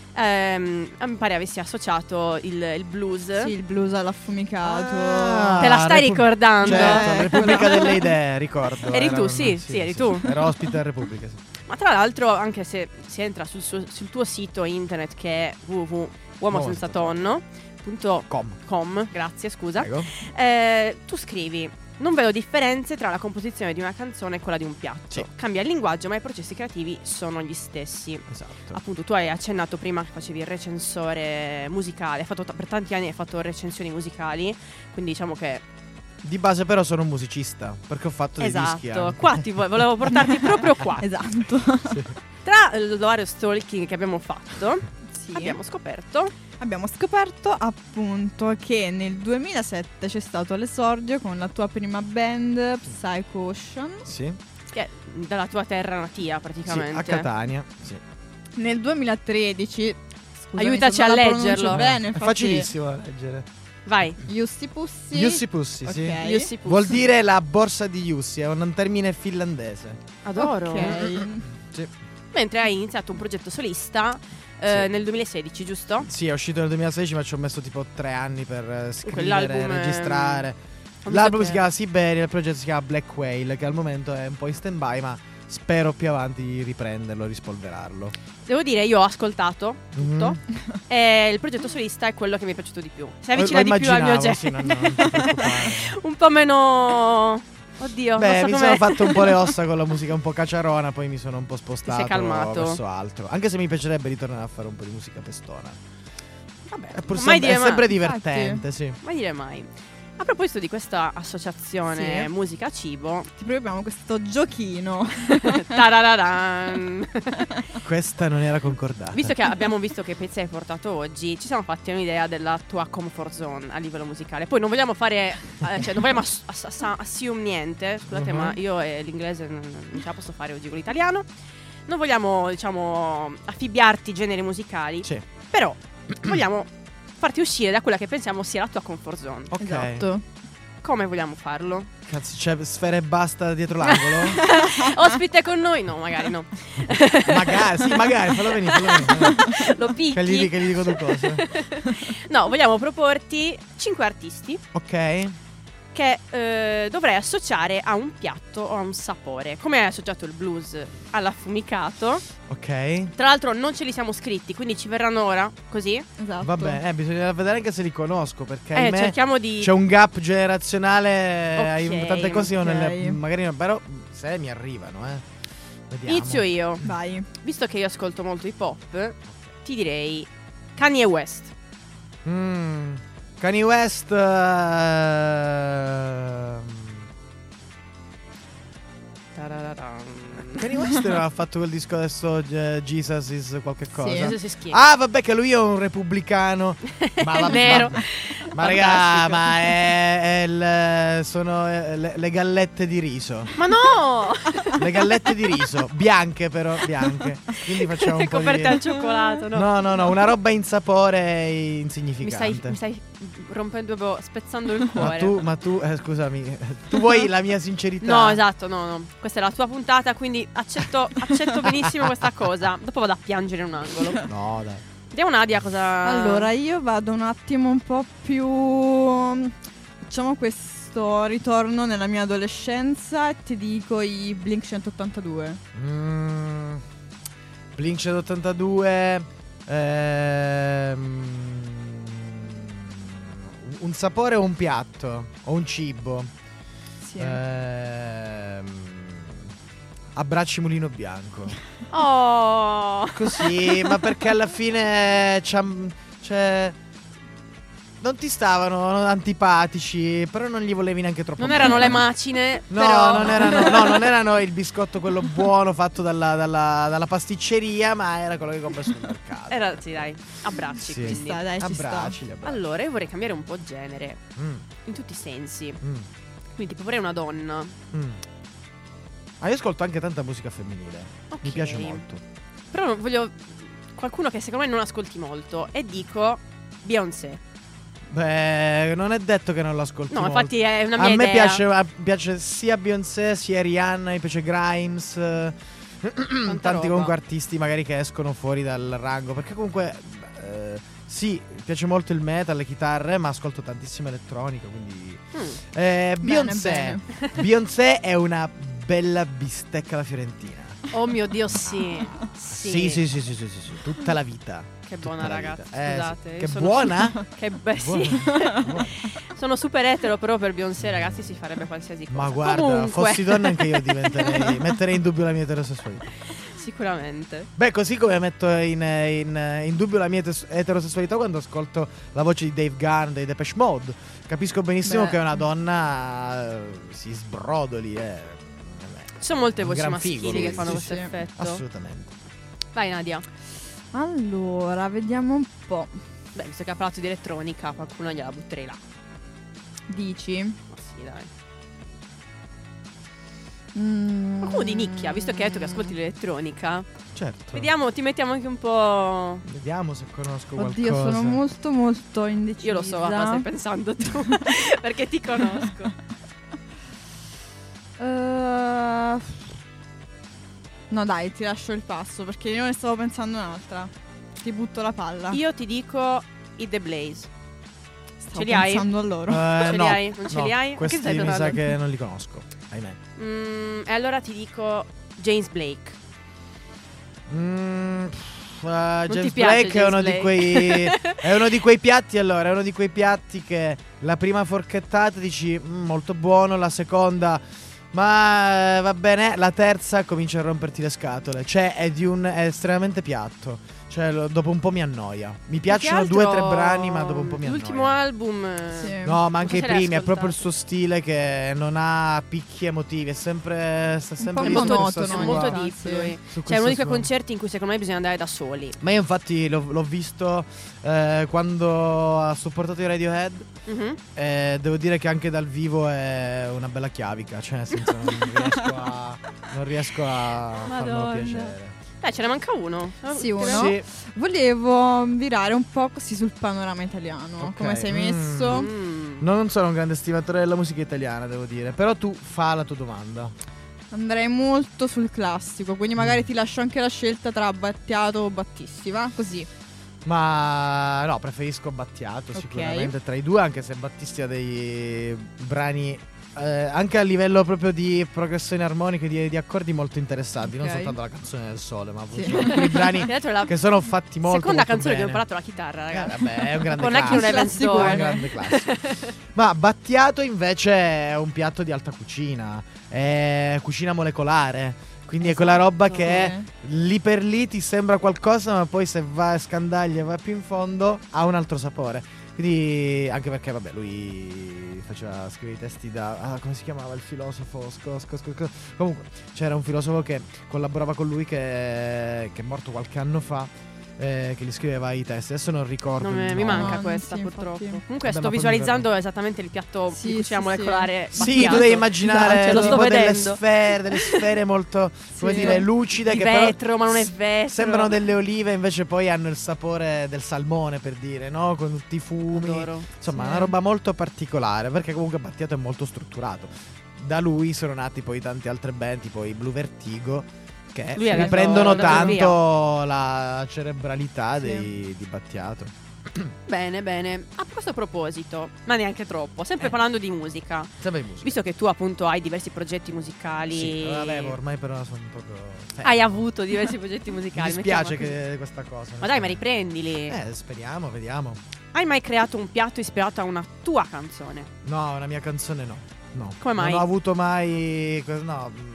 Ehm, mi pare avessi associato il, il blues. Sì, il blues all'affumicato. Ah, Te la stai Repu- ricordando? Certo, Eh, Repubblica però- delle Idee, ricordo. Eri Era tu, un- sì, sì, eri tu. Ero ospite a Repubblica, sì. Ma tra l'altro, anche se si entra sul, suo- sul tuo sito internet, che è w w w punto uomo senza tonno punto Com. com, grazie, scusa, Prego. eh, tu scrivi: non vedo differenze tra la composizione di una canzone e quella di un piatto. Sì. Cambia il linguaggio, ma i processi creativi sono gli stessi. Esatto. Appunto, tu hai accennato prima che facevi il recensore musicale, hai fatto t- per tanti anni hai fatto recensioni musicali, quindi diciamo che Di base però sono un musicista, perché ho fatto dei dischi esatto, anche. qua ti vo- volevo portarti proprio qua. Esatto. Sì. Tra il vario stalking che abbiamo fatto, Sì. abbiamo scoperto Abbiamo scoperto appunto che nel duemilasette c'è stato l'esordio con la tua prima band, Psycho Ocean. Sì, che è dalla tua terra natia sì, praticamente. a Catania, sì. Nel duemilatredici, scusami Aiutaci se non a la pronuncio leggerlo. Bene, È infatti, facilissimo da leggere. Vai. Yussi Pussi. Yussi Pussi, sì. Ok. Yussi Pussi. Vuol dire la borsa di Yussi, è un termine finlandese. Adoro. Ok. Sì. Mentre hai iniziato un progetto solista eh, Sì. nel duemilasedici, giusto? Sì, è uscito nel duemilasedici, ma ci ho messo tipo tre anni per eh, scrivere, l'album è- registrare. Ho visto L'album che- si chiama Siberia, il progetto si chiama Black Whale, che al momento è un po' in stand by, ma spero più avanti di riprenderlo, rispolverarlo. Devo dire, io ho ascoltato tutto Mhm. e il progetto solista è quello che mi è piaciuto di più. Si Lo- avvicina lo di più al mio immaginavo, genere. sì, non- non ti preoccupare. Un po' meno. Oddio, Beh, non so mi come. sono fatto un po' le ossa con la musica un po' caciarona, poi mi sono un po' spostato sei calmato. verso altro. Anche se mi piacerebbe ritornare a fare un po' di musica pestona. Vabbè, È, pur mai sem- dire è sempre mai. divertente, sì. Mai dire mai. A proposito di questa associazione Sì. musica-cibo, Ti proponiamo questo giochino. tarararan. Questa non era concordata. Visto che abbiamo visto che pezzi hai portato oggi, ci siamo fatti un'idea della tua comfort zone a livello musicale. Poi non vogliamo fare, eh, cioè non vogliamo ass- ass- ass- assume niente, scusate, Mhm. ma io e l'inglese non, non ce la posso fare oggi con l'italiano. Non vogliamo, diciamo, affibbiarti generi musicali, Sì. però vogliamo farti uscire da quella che pensiamo sia la tua comfort zone. Ok. Esatto. come vogliamo farlo? Cazzo, c'è Sfera e Basta dietro l'angolo? Ospite con noi? No, magari no. Magari, sì, magari, fallo venire, fallo venire. Lo picchi. Che gli, che gli dico due cose. No, vogliamo proporti cinque artisti Ok. che eh, dovrai associare a un piatto o a un sapore. Come hai associato il blues all'affumicato? Ok. Tra l'altro non ce li siamo scritti, quindi ci verranno ora, così. Esatto. Vabbè, eh, bisogna vedere anche se li conosco, perché Eh, ahimè, cerchiamo di... c'è un gap generazionale. Ok, hai tante cose io ok. nelle, magari no, però se mi arrivano, eh. Vediamo. Inizio io. Vai. Visto che io ascolto molto hip hop, ti direi Kanye West. Mm. Kanye West. ehm, Tarararam. Kanye West aveva fatto quel disco adesso, eh, Jesus is qualche cosa. Jesus is King. Ah, vabbè, che lui è un repubblicano. Ma vabbè, Nero. Ma, ma raga, Fantastico. ma è, è il- sono eh, le, le gallette di riso. Ma no! Le gallette di riso, bianche però, bianche. Quindi facciamo un po' Coperte di... al cioccolato, no? No, no, no, una roba in sapore e Mi stai, insignificante. mi stai rompendo, proprio, spezzando il Ma cuore. tu, ma tu, eh, scusami, tu vuoi la mia sincerità? No, esatto, no, no. Questa è la tua puntata, quindi accetto, accetto benissimo questa cosa. Dopo vado a piangere in un angolo. No, dai. Vediamo Nadia cosa... Allora, io vado un attimo un po' più, diciamo, questo ritorno nella mia adolescenza e ti dico i Blink centottantadue. Mm, Blink centottantadue. ehm, un sapore o un piatto? O un cibo? Sì. Ehm, abbracci Mulino Bianco. Oh! Così, ma perché alla fine c'ha- cioè, non ti stavano antipatici, però non gli volevi neanche troppo Non bene. erano le macine, No, però... non erano, no, non erano il biscotto quello buono fatto dalla, dalla- dalla pasticceria, ma era quello che compri sul mercato. Era, sì, dai, abbracci, Sì. quindi. Ci sta, dai, ci sta. Abbracci, gli abbracci. Allora, io vorrei cambiare un po' genere, Mm, in tutti i sensi. mm, Quindi tipo vorrei una donna. mm. Ah, io ascolto anche tanta musica femminile. Ok. Mi piace molto. Però voglio qualcuno che secondo me non ascolti molto e dico Beyoncé. Beh, non è detto che non l'ascolti No, molto. infatti è una mia A me idea. piace, a- piace sia Beyoncé sia Rihanna, mi piace Grimes. eh, Tanti roba. comunque artisti magari che escono fuori dal rango. Perché comunque eh, sì, mi piace molto il metal, le chitarre, ma ascolto tantissima elettronica. Quindi Mm. eh, Beyoncé bene. Beyoncé è una bella bistecca alla fiorentina. Oh mio Dio, sì. Sì, Sì, sì, sì, sì, sì, sì, sì, tutta la vita. Che Tutta buona la ragazza, vita. Eh, scusate. sì. io Che sono- buona? Che beh, sì. Buona, buona. Sono super etero, però per Beyoncé, ragazzi, si farebbe qualsiasi cosa. Ma guarda, Comunque. fossi donna anche io diventerei metterei in dubbio la mia eterosessualità. Sicuramente. Beh, così come metto in, in- in dubbio la mia etes- eterosessualità quando ascolto la voce di Dave Gunn dei Depeche Mode. Capisco benissimo Beh. che una donna eh, si sbrodoli. Eh. Vabbè, Ci sono molte un voci gran maschili figo, che lui. fanno Sì, questo sì. effetto. Assolutamente. Vai Nadia. Allora, vediamo un po'. Beh, visto che ha parlato di elettronica, qualcuno gliela butterei là. Dici? Ma sì, dai. Mm. Qualcuno di nicchia, visto che hai detto che ascolti l'elettronica. Certo. Vediamo, ti mettiamo anche un po'. Vediamo se conosco Oddio, qualcosa. sono molto molto indecisa. Io lo so a cosa stai pensando tu. Perché ti conosco. Eh, No dai, ti lascio il passo perché io ne stavo pensando un'altra. Ti butto la palla. Io ti dico i The Blaze. stavo ce li hai? pensando a loro. Eh, Ce li no, hai? Non ce no, li hai? A che Questi stai mi sa pensando? che non li conosco. Ahimè. Mm, e allora ti dico James Blake. Mm, pff, uh, James ti piace Blake è uno, James di quei, è uno di quei piatti. Allora, è uno di quei piatti che la prima forchettata dici "Mm, molto buono", la seconda ma eh, va bene, la terza comincia a romperti le scatole. Cioè, è di un è estremamente piatto. Cioè, lo- dopo un po' mi annoia. Mi piacciono Più che due o altro, tre brani, ma dopo un po' mi annoia. L'ultimo album. eh, Sì. No, ma anche i se l'hai primi, è proprio il ascoltato? suo stile che non ha picchi emotivi, è sempre sta sempre po' lì È su molto, questa monotono, è sua- molto sì. deep Sì. lui. su Cioè, è questa uno di quei sua- concerti in cui secondo me bisogna andare da soli. Ma io infatti l'ho, l'ho visto eh, quando ha supportato i Radiohead. Mhm. E devo dire che anche dal vivo è una bella chiavica. Cioè, nel senso, non riesco a, non riesco a farmelo Madonna. piacere. Dai, ce ne manca uno. Sì, uno. Sì. Volevo virare un po' così sul panorama italiano. Ok. Come sei Mm. messo? Mm. Non sono un grande stimatore della musica italiana, devo dire. Però tu fa la tua domanda. Andrei molto sul classico, quindi magari ti lascio anche la scelta tra Battiato o Battisti, va? Così. Ma no, preferisco Battiato Ok. sicuramente tra i due, anche se Battisti ha dei brani eh, anche a livello proprio di progressioni armoniche, di, di accordi molto interessanti. Non Ok. soltanto la canzone del sole, ma Sì. appunto alcuni brani Tra l'altro è la che sono fatti molto seconda molto canzone bene. che ho imparato la chitarra, Eh, ragazzi. vabbè, è un grande Non è che un classico. evento È un grande classico. Ma Battiato invece è un piatto di alta cucina, è cucina molecolare. Quindi è quella roba che è lì per lì ti sembra qualcosa, ma poi se va a scandaglia e va più in fondo ha un altro sapore. Quindi anche perché vabbè, lui faceva scrivere i testi da ah, come si chiamava il filosofo? Sco, sco, sco, sco. Comunque c'era un filosofo che collaborava con lui che, che è morto qualche anno fa. Eh, che gli scriveva i testi, adesso non ricordo. Non il me- mi nome. manca No, questa sì, purtroppo. infatti. Comunque Vabbè, sto ma poi visualizzando mi esattamente il piatto Sì, di cucina sì, molecolare. Sì, Battiato. tu devi immaginare Esatto, lo sto tipo delle vedendo. sfere, delle sfere molto, come Sì. dire, lucide Di che vetro, però ma non è s- vetro. sembrano delle olive, invece poi hanno il sapore del salmone, per dire, no? Con tutti i fumi. Adoro. Insomma, Sì. una roba molto particolare, perché comunque Battiato è molto strutturato. Da lui sono nati poi tante altre band, tipo i Blue Vertigo, che Lui ha dato- riprendono ha dato il tanto la cerebralità Sì. dei, di Battiato. Bene, bene. A questo proposito, ma neanche troppo, sempre Eh. parlando di musica. Sempre in musica. Visto che tu appunto hai diversi progetti musicali. Sì, lo avevo, ormai però sono proprio... eh, Hai avuto diversi progetti Mi musicali. dispiace mettiamola così. che questa cosa. Ma dai, ma riprendili. Eh, speriamo, vediamo. Hai mai creato un piatto ispirato a una tua canzone? No, una mia canzone no. No. Come mai? Non ho avuto mai. que- No. mm,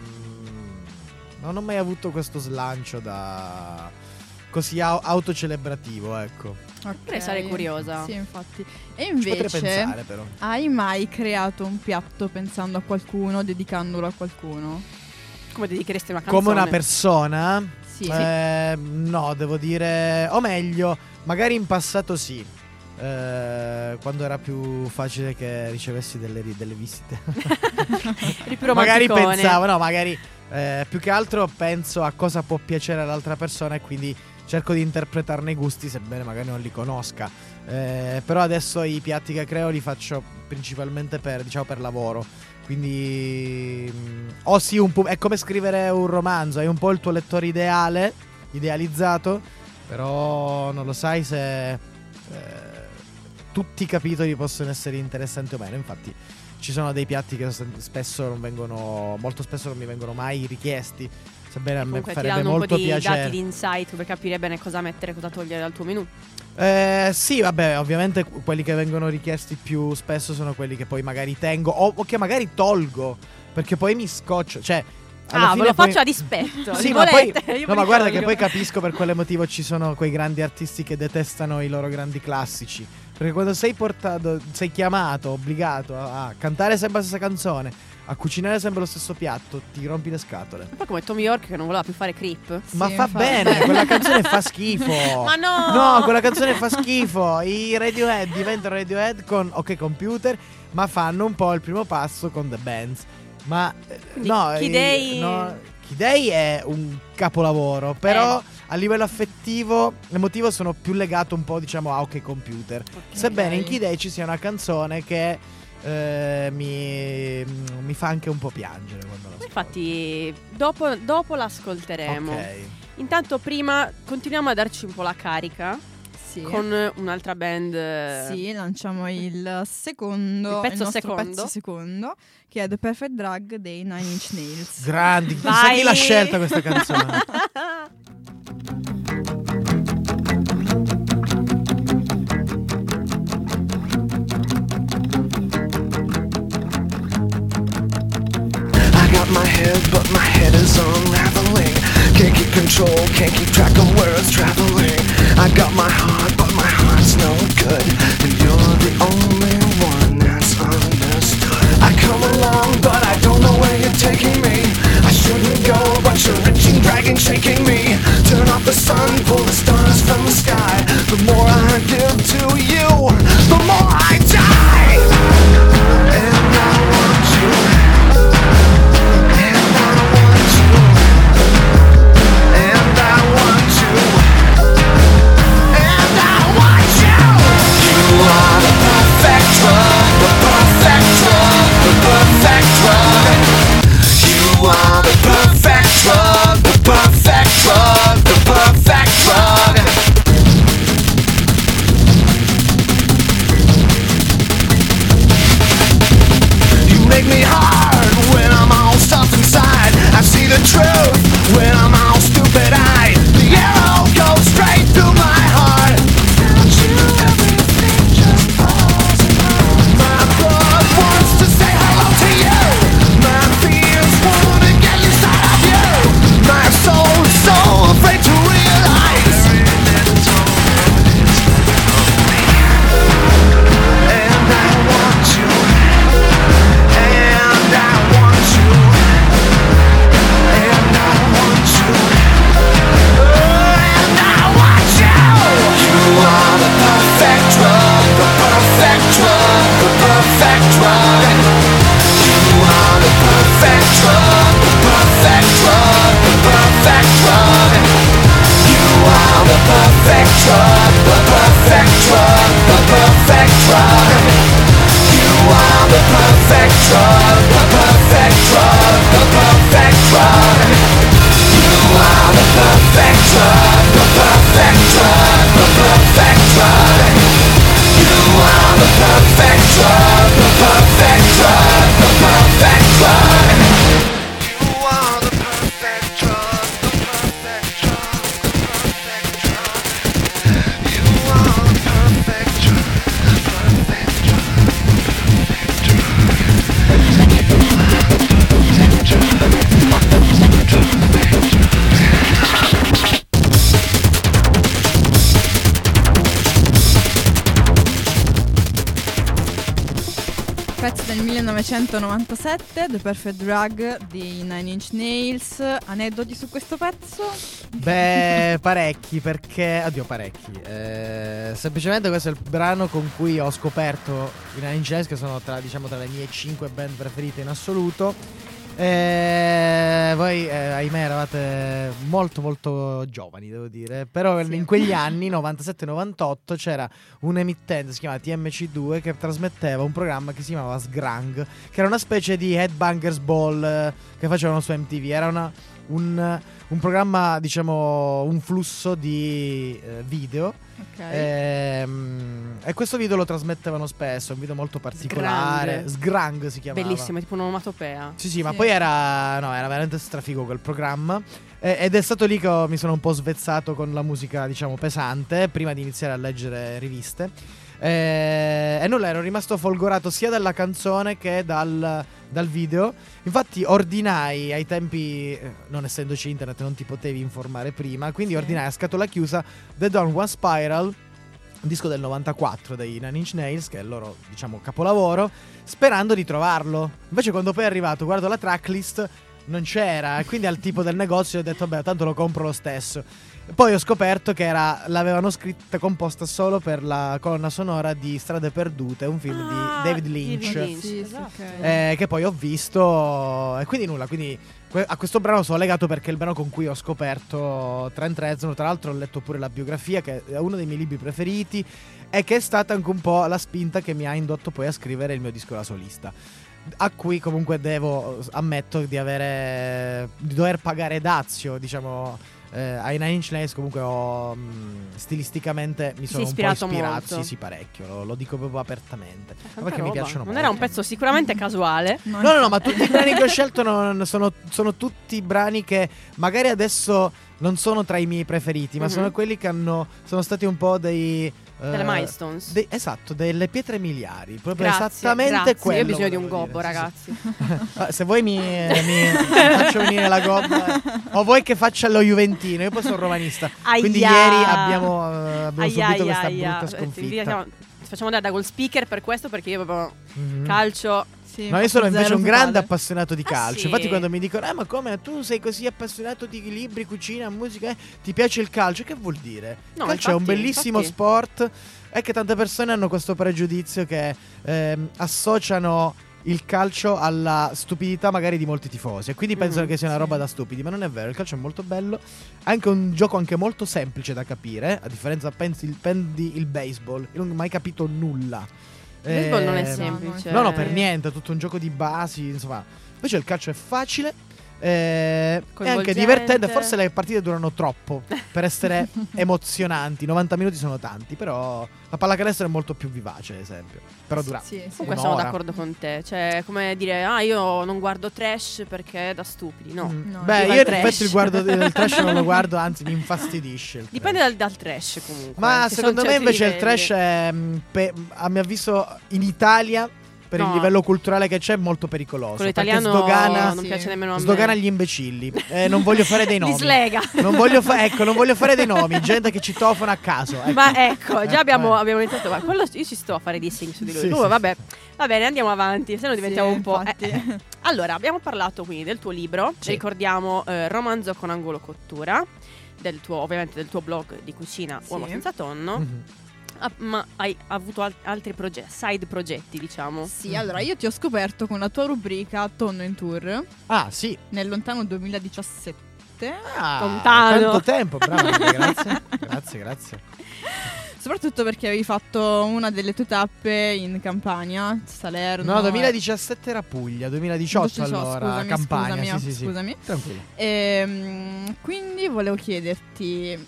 Non ho mai avuto questo slancio da. Così au- autocelebrativo, ecco. Ok. Potrei sarei curiosa. Sì, infatti. E Ci potrei invece, pensare, però. hai mai creato un piatto pensando a qualcuno, dedicandolo a qualcuno? Come dedicheresti una canzone? Come una persona? Sì. Eh, no, devo dire. O meglio, magari in passato sì. Eh, quando era più facile che ricevessi delle, ri- delle visite. Eri più Magari romanticone. pensavo, no, magari eh, più che altro penso a cosa può piacere all'altra persona e quindi cerco di interpretarne i gusti, sebbene magari non li conosca. Eh, però adesso i piatti che creo li faccio principalmente per, diciamo, per lavoro. Quindi mh, o sì, un po', è come scrivere un romanzo, hai un po' il tuo lettore ideale, idealizzato, però non lo sai se eh, tutti i capitoli possono essere interessanti o meno. Infatti ci sono dei piatti che spesso non vengono, molto spesso non mi vengono mai richiesti, sebbene a me Comunque ti farebbe danno un po' molto di piacere. dati di insight per capire bene cosa mettere e cosa togliere dal tuo menù. Eh, sì, vabbè, ovviamente quelli che vengono richiesti più spesso sono quelli che poi magari tengo o, o che magari tolgo, perché poi mi scoccio, cioè alla Ah, ve fine lo poi- faccio a dispetto. Sì, li ma poi, volete? Io no, ve ma li guarda tolgo. che poi capisco per quale motivo ci sono quei grandi artisti che detestano i loro grandi classici. Perché quando sei portato, sei chiamato, obbligato a, a cantare sempre la stessa canzone, a cucinare sempre lo stesso piatto, ti rompi le scatole. Un po' come Tommy York che non voleva più fare creep. Ma Sì, fa infatti. bene, quella canzone fa schifo. Ma no! No, quella canzone fa schifo. I Radiohead diventano Radiohead con OK Computer, ma fanno un po' il primo passo con The Bands. Ma eh, Quindi no, Kid i- Day- no, Kid Day è un capolavoro, però Eh. a livello affettivo, emotivo sono più legato un po', diciamo, a OK Computer. Sebbene in Kid Day ci sia una canzone che eh, mi, mi fa anche un po' piangere quando la ascolto. Infatti, dopo, dopo l'ascolteremo. Ok. Intanto, prima continuiamo a darci un po' la carica Sì. con un'altra band. eh, Sì, lanciamo il secondo, Il pezzo nostro secondo. pezzo secondo, che è The Perfect Drug dei Nine Inch Nails. Grandi, chissà Vai! chi l'ha scelta questa canzone. I got my head, but my head is unraveling. Can't keep control, can't keep track of where it's traveling. I got my heart, but my heart's no good. And you're the only one that's understood. I come along, but I don't know where you're taking me. I shouldn't go, but you're reaching, dragging, shaking me. Turn off the sun, pull the stars from the sky. The more I give to you, the more I die. And I want you. And I want you. And I want you. And I want you. You are the perfect Pezzo del millenovecentonovantasette, The Perfect Drug di Nine Inch Nails. Aneddoti su questo pezzo? Beh, parecchi, perché... Oddio, parecchi. Eh, semplicemente questo è il brano con cui ho scoperto i Nine Inch Nails, che sono tra, diciamo, tra le mie cinque band preferite in assoluto. Eh, voi, eh, ahimè, eravate molto molto giovani, devo dire. Però Sì. in quegli anni, novantasette novantotto, c'era un'emittente, si chiamava T M C due, che trasmetteva un programma che si chiamava Sgrang, che era una specie di Headbangers Ball eh, che facevano su M T V. Era una, un, un programma, diciamo, un flusso di eh, video. Ok. Ehm, e questo video lo trasmettevano spesso, un video molto particolare. Sgrang si chiamava. Bellissimo, è tipo un'onomatopea. Sì, sì, ma Sì. poi era, no, era veramente strafigo quel programma. Eh, ed è stato lì che ho- mi sono un po' svezzato con la musica, diciamo, pesante, prima di iniziare a leggere riviste. Eh, e nulla, ero rimasto folgorato sia dalla canzone che dal, dal video. Infatti ordinai ai tempi, eh, non essendoci internet, non ti potevi informare prima, quindi Sì. ordinai a scatola chiusa The Dawn One Spiral, un disco del novantaquattro dei Nine Inch Nails, che è il loro, diciamo, capolavoro, sperando di trovarlo. Invece quando poi è arrivato, guardo la tracklist, non c'era, e quindi al tipo del negozio ho detto vabbè, tanto lo compro lo stesso. Poi ho scoperto che era, l'avevano scritta, composta solo per la colonna sonora di Strade Perdute, un film Ah, di David di Lynch, David Lynch. Sì, sì, esatto. ok. eh, che poi ho visto, e quindi nulla, quindi que- a questo brano sono legato perché è il brano con cui ho scoperto Trent Reznor. Tra l'altro ho letto pure la biografia, che è uno dei miei libri preferiti, e che è stata anche un po' la spinta che mi ha indotto poi a scrivere il mio disco da solista, a cui comunque devo, ammetto di avere, di dover pagare dazio, diciamo. Eh, ai Nine Inch Nails comunque ho, mh, stilisticamente mi Si sono è un po' ispirato ispirato. molto. Sì, sì, parecchio, lo, lo dico proprio apertamente. Tanta Perché mi roba. piacciono Non molto. era un pezzo sicuramente casuale. No, No, no, no, ma tutti i brani che ho scelto non- sono, sono tutti brani che magari adesso non sono tra i miei preferiti, ma Mhm. sono quelli che hanno, sono stati un po' dei... eh, Delle milestones. dei- esatto, delle pietre miliari. Proprio Grazie, esattamente grazie. quello. Io ho bisogno di un volevo gobbo, dire, sì, ragazzi. sì. Ah, se vuoi mi, mi faccio venire la gobba, eh. O vuoi che faccia lo Juventino? Io poi sono romanista. Quindi Aia. ieri abbiamo, eh, abbiamo Aia, subito aia, questa aia. brutta Eh, sconfitta. ti diciamo- Facciamo andare da col speaker per questo, perché io proprio Mhm. calcio. Sì, No, io sono invece zero un grande totale. appassionato di Ah, calcio. sì? Infatti, quando mi dicono, eh, ma come tu sei così appassionato di libri, cucina, musica, eh, ti piace il calcio? Che vuol dire? No, il calcio è un infatti, bellissimo infatti. sport. È che tante persone hanno questo pregiudizio che ehm, associano il calcio alla stupidità magari di molti tifosi, e quindi pensano Mhm, che sia una sì. roba da stupidi. Ma non è vero, il calcio è molto bello. È anche un gioco anche molto semplice da capire. A differenza, pensi, il, prendi il baseball. Io non ho mai capito nulla. Il baseball non è Ehm, semplice. No, no, per niente, è tutto un gioco di basi, insomma. Invece il calcio è facile, eh, è anche Coinvolgente. divertente. Forse le partite durano troppo per essere emozionanti. novanta minuti sono tanti, però la pallacanestro è molto più vivace, ad esempio. Però dura Sì, sì. Comunque sono un'ora. d'accordo con te. Cioè, come dire, ah, io non guardo trash perché è da stupidi. No. Mm. No, Beh, viva io il in trash. effetti il guardo il trash non lo guardo, anzi mi infastidisce il Dipende trash. dal, dal trash, comunque. Ma Ci secondo sono me certi invece il livelli. trash è, mm, pe- a mio avviso, in Italia, per il No. livello culturale che c'è, è molto pericoloso. Quello perché italiano sdogana, non sì. piace nemmeno a me. sdogana gli imbecilli. Eh, non voglio fare dei nomi. Li slega. Non voglio, fa- ecco, non voglio fare dei nomi. Gente che citofona a caso. Ecco. Ma ecco, già Eh, abbiamo, eh. abbiamo iniziato. Ma quello io ci sto a fare dissing su di lui. Sì, Comunque, sì, vabbè, va bene, andiamo avanti. Se no diventiamo Sì, un po'. infatti. eh, eh. Allora, abbiamo parlato quindi del tuo libro. Sì. Ricordiamo eh, Romanzo con angolo cottura. Del tuo, ovviamente, del tuo blog di cucina Sì. Uomo senza tonno. Mhm. Ah, ma hai avuto al- altri progetti, side progetti, diciamo. Sì, allora io ti ho scoperto con la tua rubrica Tonno in Tour Ah, sì. nel lontano duemiladiciassette. Ah, Lontano. tanto tempo, bravo. Grazie. Grazie, grazie. Soprattutto perché avevi fatto una delle tue tappe in Campania, Salerno. No, duemiladiciassette era Puglia, duemiladiciotto allora scusami, Campania. scusami, sì, sì, sì. scusami. Tranquillo. Ehm, quindi volevo chiederti,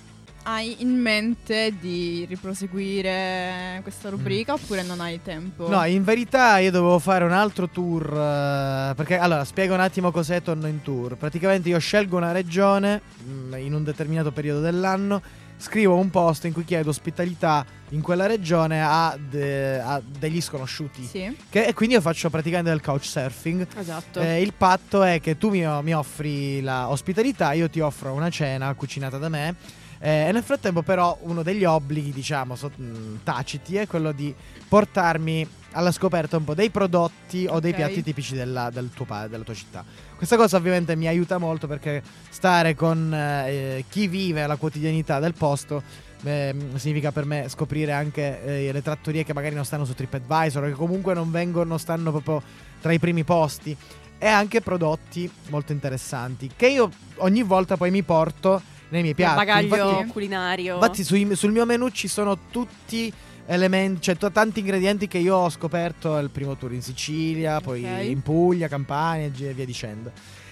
hai in mente di riproseguire questa rubrica mm. oppure non hai tempo? No, in verità io dovevo fare un altro tour, uh, perché allora spiego un attimo cos'è Tonno in Tour. Praticamente io scelgo una regione mh, in un determinato periodo dell'anno, scrivo un post in cui chiedo ospitalità in quella regione a, de- a degli sconosciuti. Sì. Che, e quindi io faccio praticamente del couchsurfing. Esatto. Eh, il patto è che tu mi, mi offri la ospitalità, io ti offro una cena cucinata da me. Eh, e nel frattempo però uno degli obblighi, diciamo, so, mh, taciti è quello di portarmi alla scoperta un po' dei prodotti o dei Ok. piatti tipici della, del tuo pa- della tua città. Questa cosa ovviamente mi aiuta molto perché stare con eh, chi vive la quotidianità del posto eh, significa per me scoprire anche eh, le trattorie che magari non stanno su TripAdvisor o che comunque non vengono, stanno proprio tra i primi posti, e anche prodotti molto interessanti che io ogni volta poi mi porto nei miei piatti. Bagaglio Infatti, culinario. infatti sui- sul mio menù ci sono tutti elementi, cioè t- tanti ingredienti che io ho scoperto al primo tour in Sicilia, poi Ok. in Puglia, Campania e via dicendo.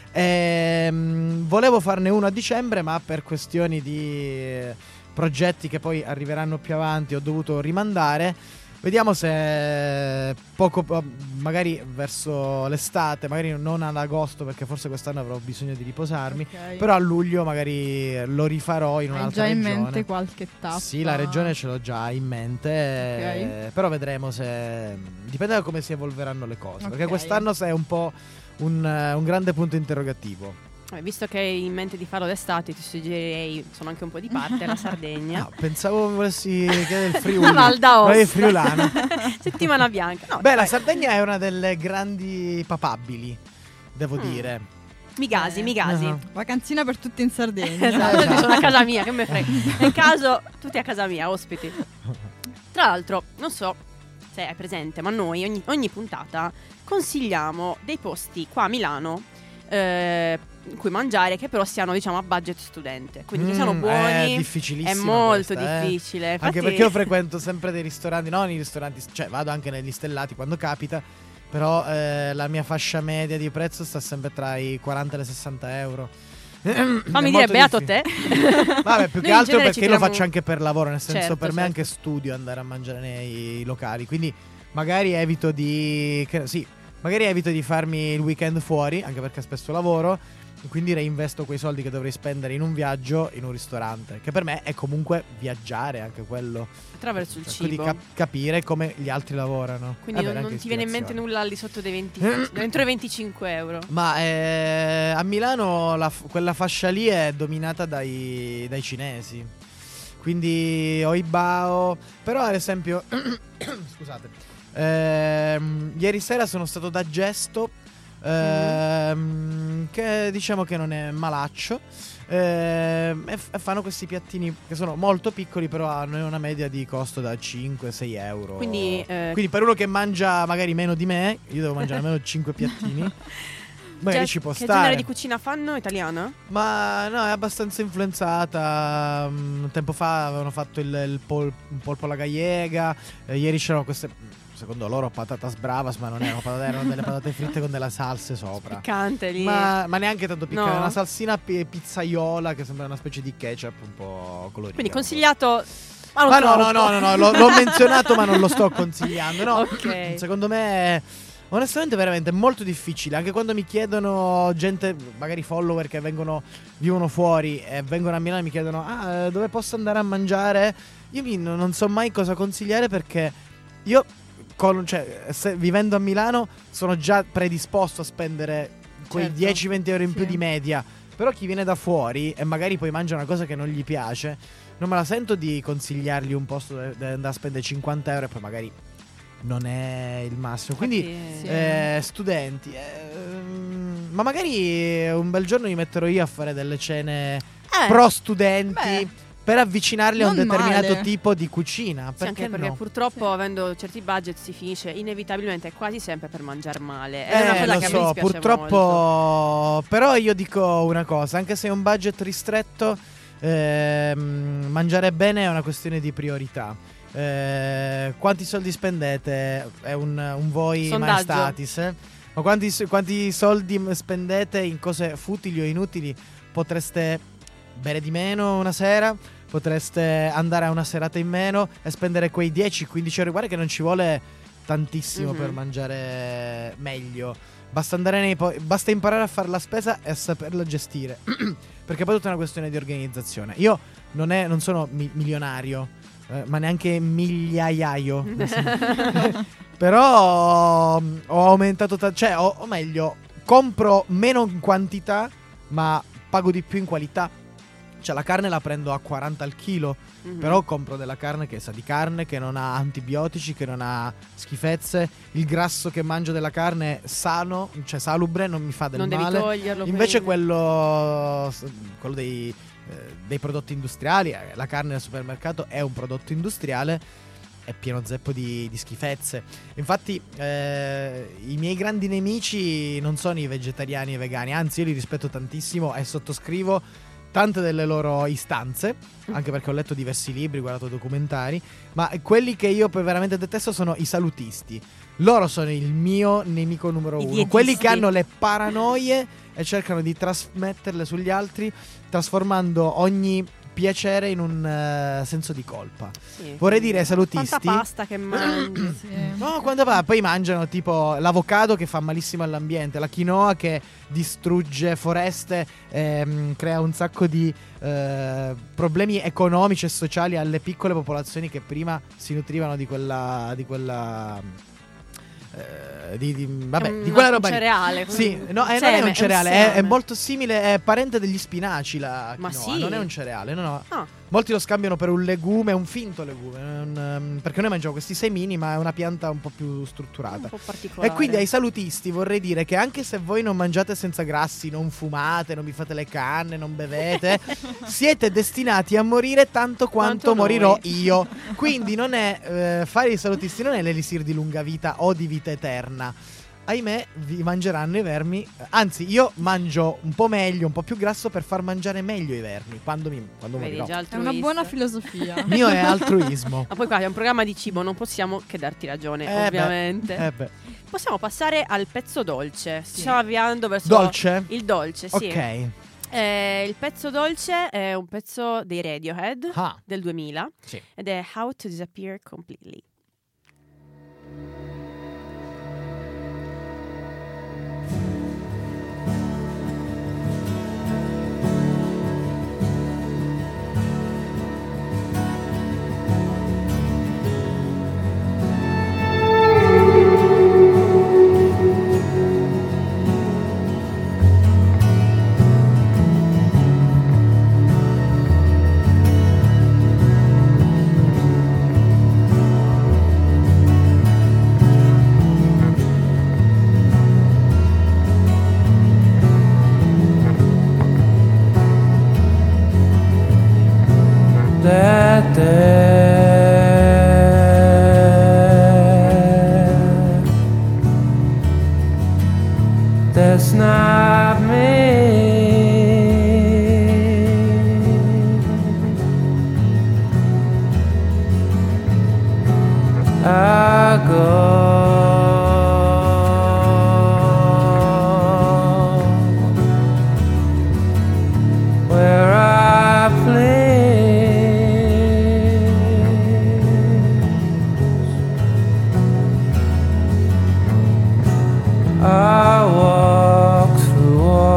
Ehm, volevo farne uno a dicembre, ma per questioni di eh, progetti che poi arriveranno più avanti ho dovuto rimandare. Vediamo se poco, magari verso l'estate, magari non ad agosto perché forse quest'anno avrò bisogno di riposarmi, Ok. però a luglio magari lo rifarò in Hai un'altra già in regione. mente qualche tappa? Sì, la regione ce l'ho già in mente, eh, però vedremo se... dipende da come si evolveranno le cose, perché Ok. quest'anno è un po' un, eh, un grande punto interrogativo. Eh, visto che hai in mente di farlo d'estate, ti suggerirei, sono anche un po' di parte, la Sardegna. No, pensavo volessi chiedere il Friuli. La Val d'Aosta. Lei è friulano. Settimana bianca. No, Beh, la dai. Sardegna è una delle grandi papabili, devo Mm. dire. Migasi, Eh. Migasi. Uh-huh. Vacanzina per tutti in Sardegna. Esatto, Esatto. sono a casa mia, che me frega. Nel caso, tutti a casa mia, ospiti. Tra l'altro, non so se è presente, ma noi ogni, ogni puntata consigliamo dei posti qua a Milano eh, in cui mangiare, che però siano, diciamo, a budget studente. Quindi che siano Mm, buoni. È difficilissimo. È molto questa, eh. difficile. Anche Infatti- perché io frequento sempre dei ristoranti, non i ristoranti, cioè vado anche negli stellati quando capita, però eh, la mia fascia media di prezzo sta sempre tra i quaranta e i sessanta euro. Fammi È dire, molto beato difficile. te. Vabbè, più Noi che in altro genere perché ci io lo tiriamo- faccio anche per lavoro, nel senso Certo, per me certo. anche studio andare a mangiare nei locali, quindi magari evito di che- sì, magari evito di farmi il weekend fuori, anche perché spesso lavoro, e quindi reinvesto quei soldi che dovrei spendere in un viaggio in un ristorante, che per me è comunque viaggiare, anche quello. Attraverso il Cerco di cibo. cap- capire come gli altri lavorano. Quindi Avere non, anche non ti viene in mente ispirazione. nulla al di sotto dei venti, dentro i venticinque euro. Ma eh, a Milano la f- quella fascia lì è dominata dai, dai cinesi. Quindi Oibao. Però ad esempio scusate, ehm, ieri sera sono stato da Gesto, ehm, che diciamo che non è malaccio, ehm, e, f- e fanno questi piattini che sono molto piccoli, però hanno una media di costo da cinque sei euro. Quindi, eh, Quindi per uno che mangia magari meno di me, io devo mangiare almeno cinque piattini. Magari Ge- ci può che stare. genere di cucina fanno? Italiana? Ma no, è abbastanza influenzata. Mm, tempo fa avevano fatto il, il pol- un polpo alla gallega. eh, Ieri c'erano queste, secondo loro, patatas bravas, ma non erano patate, erano delle patate fritte con delle salse sopra. Piccante lì. Ma, ma neanche tanto piccante, No. una salsina pi- pizzaiola che sembra una specie di ketchup un po' colorita. Quindi consigliato. Ma, Ma no, non no, no, no, no, l'ho, l'ho menzionato ma non lo sto consigliando. No, Ok. secondo me onestamente veramente è molto difficile. Anche quando mi chiedono gente, magari follower che vengono, vivono fuori e vengono a Milano e mi chiedono ah, dove posso andare a mangiare, io mi, non so mai cosa consigliare, perché io con- cioè, se- vivendo a Milano sono già predisposto a spendere quei Certo. dieci venti euro in più Sì. di media. Però chi viene da fuori e magari poi mangia una cosa che non gli piace, non me la sento di consigliargli un posto dove dove andare a spendere cinquanta euro e poi magari non è il massimo. Quindi Infatti, Sì. eh, studenti, ehm, ma magari un bel giorno mi metterò io a fare delle cene Eh, pro studenti, beh, per avvicinarli a un non determinato male. tipo di cucina. sì, Perché anche perché no? purtroppo Sì. avendo certi budget si finisce inevitabilmente quasi sempre per mangiare male. Ed Eh, è una cosa lo che a me so, dispiace purtroppo. molto. Però io dico una cosa: anche se è un budget ristretto, ehm, mangiare bene è una questione di priorità. Eh, quanti soldi spendete? È un, un voi Sondaggio. maestatis, eh? Ma quanti, quanti soldi m- spendete in cose futili o inutili? Potreste bere di meno una sera, potreste andare a una serata in meno e spendere quei dieci quindici euro. Guarda che non ci vuole tantissimo Mhm. per mangiare meglio. Basta andare nei po- basta imparare a fare la spesa e a saperla gestire. Perché poi è tutta una questione di organizzazione. Io non, è, non sono mi- milionario, eh, ma neanche migliaiaio. Però mm, ho aumentato, ta- cioè, o, o meglio, compro meno in quantità, ma pago di più in qualità. Cioè, la carne la prendo a quaranta al chilo, Mhm. però compro della carne che sa di carne, che non ha antibiotici, che non ha schifezze. Il grasso che mangio della carne è sano, cioè salubre, non mi fa del non devi male. toglierlo. Invece quindi. quello, quello dei, eh, dei prodotti industriali, eh, la carne al supermercato è un prodotto industriale, è pieno zeppo di, di schifezze. Infatti eh, i miei grandi nemici non sono i vegetariani e i vegani, anzi io li rispetto tantissimo e sottoscrivo tante delle loro istanze, anche perché ho letto diversi libri, guardato documentari, ma quelli che io poi veramente detesto sono i salutisti. Loro sono il mio nemico numero I uno. dietisti. Quelli che hanno le paranoie e cercano di trasmetterle sugli altri, trasformando ogni piacere in un eh, senso di colpa. Sì. Vorrei dire ai salutisti. Quanta pasta che mangi. Sì. No, quando va, poi mangiano tipo l'avocado che fa malissimo all'ambiente, la quinoa che distrugge foreste, ehm, crea un sacco di eh, problemi economici e sociali alle piccole popolazioni che prima si nutrivano di quella di quella eh, di, di- vabbè, È un- di quella un roba lì. cereale, Sì, quindi- no, eh, non seme, è è un un cereale, è, è seme. molto simile, è parente degli spinaci la Ma quinoa, sì. non è un cereale, no, no. Ah. Molti lo scambiano per un legume, un finto legume, un, um, perché noi mangiamo questi semini, ma è una pianta un po' più strutturata. Un po' particolare. E quindi ai salutisti vorrei dire che anche se voi non mangiate senza grassi, non fumate, non vi fate le canne, non bevete, siete destinati a morire tanto quanto, Quanto morirò noi. io. Quindi non è eh, fare i salutisti non è l'elisir di lunga vita o di vita eterna. Ahimè, vi mangeranno i vermi. Anzi, io mangio un po' meglio, un po' più grasso per far mangiare meglio i vermi quando, mi, quando Vedi, morirò. già È altruista. una buona filosofia. Mio è altruismo. Ma poi qua è un programma di cibo, non possiamo che darti ragione, Eh beh, ovviamente. eh beh. Possiamo passare al pezzo dolce. Ci stiamo avviando verso Dolce? il dolce, sì. Ok. Eh, il pezzo dolce è un pezzo dei Radiohead Ah, del duemila sì. ed è How to Disappear Completely. that there, that's not me. I go where I please. I walk through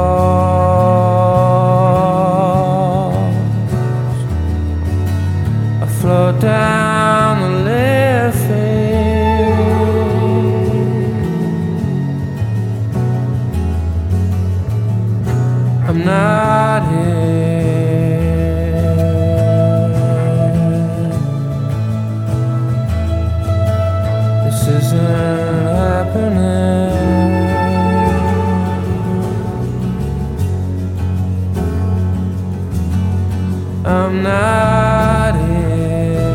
walls. I float down the living. I'm not here. This isn't happening. I'm not here.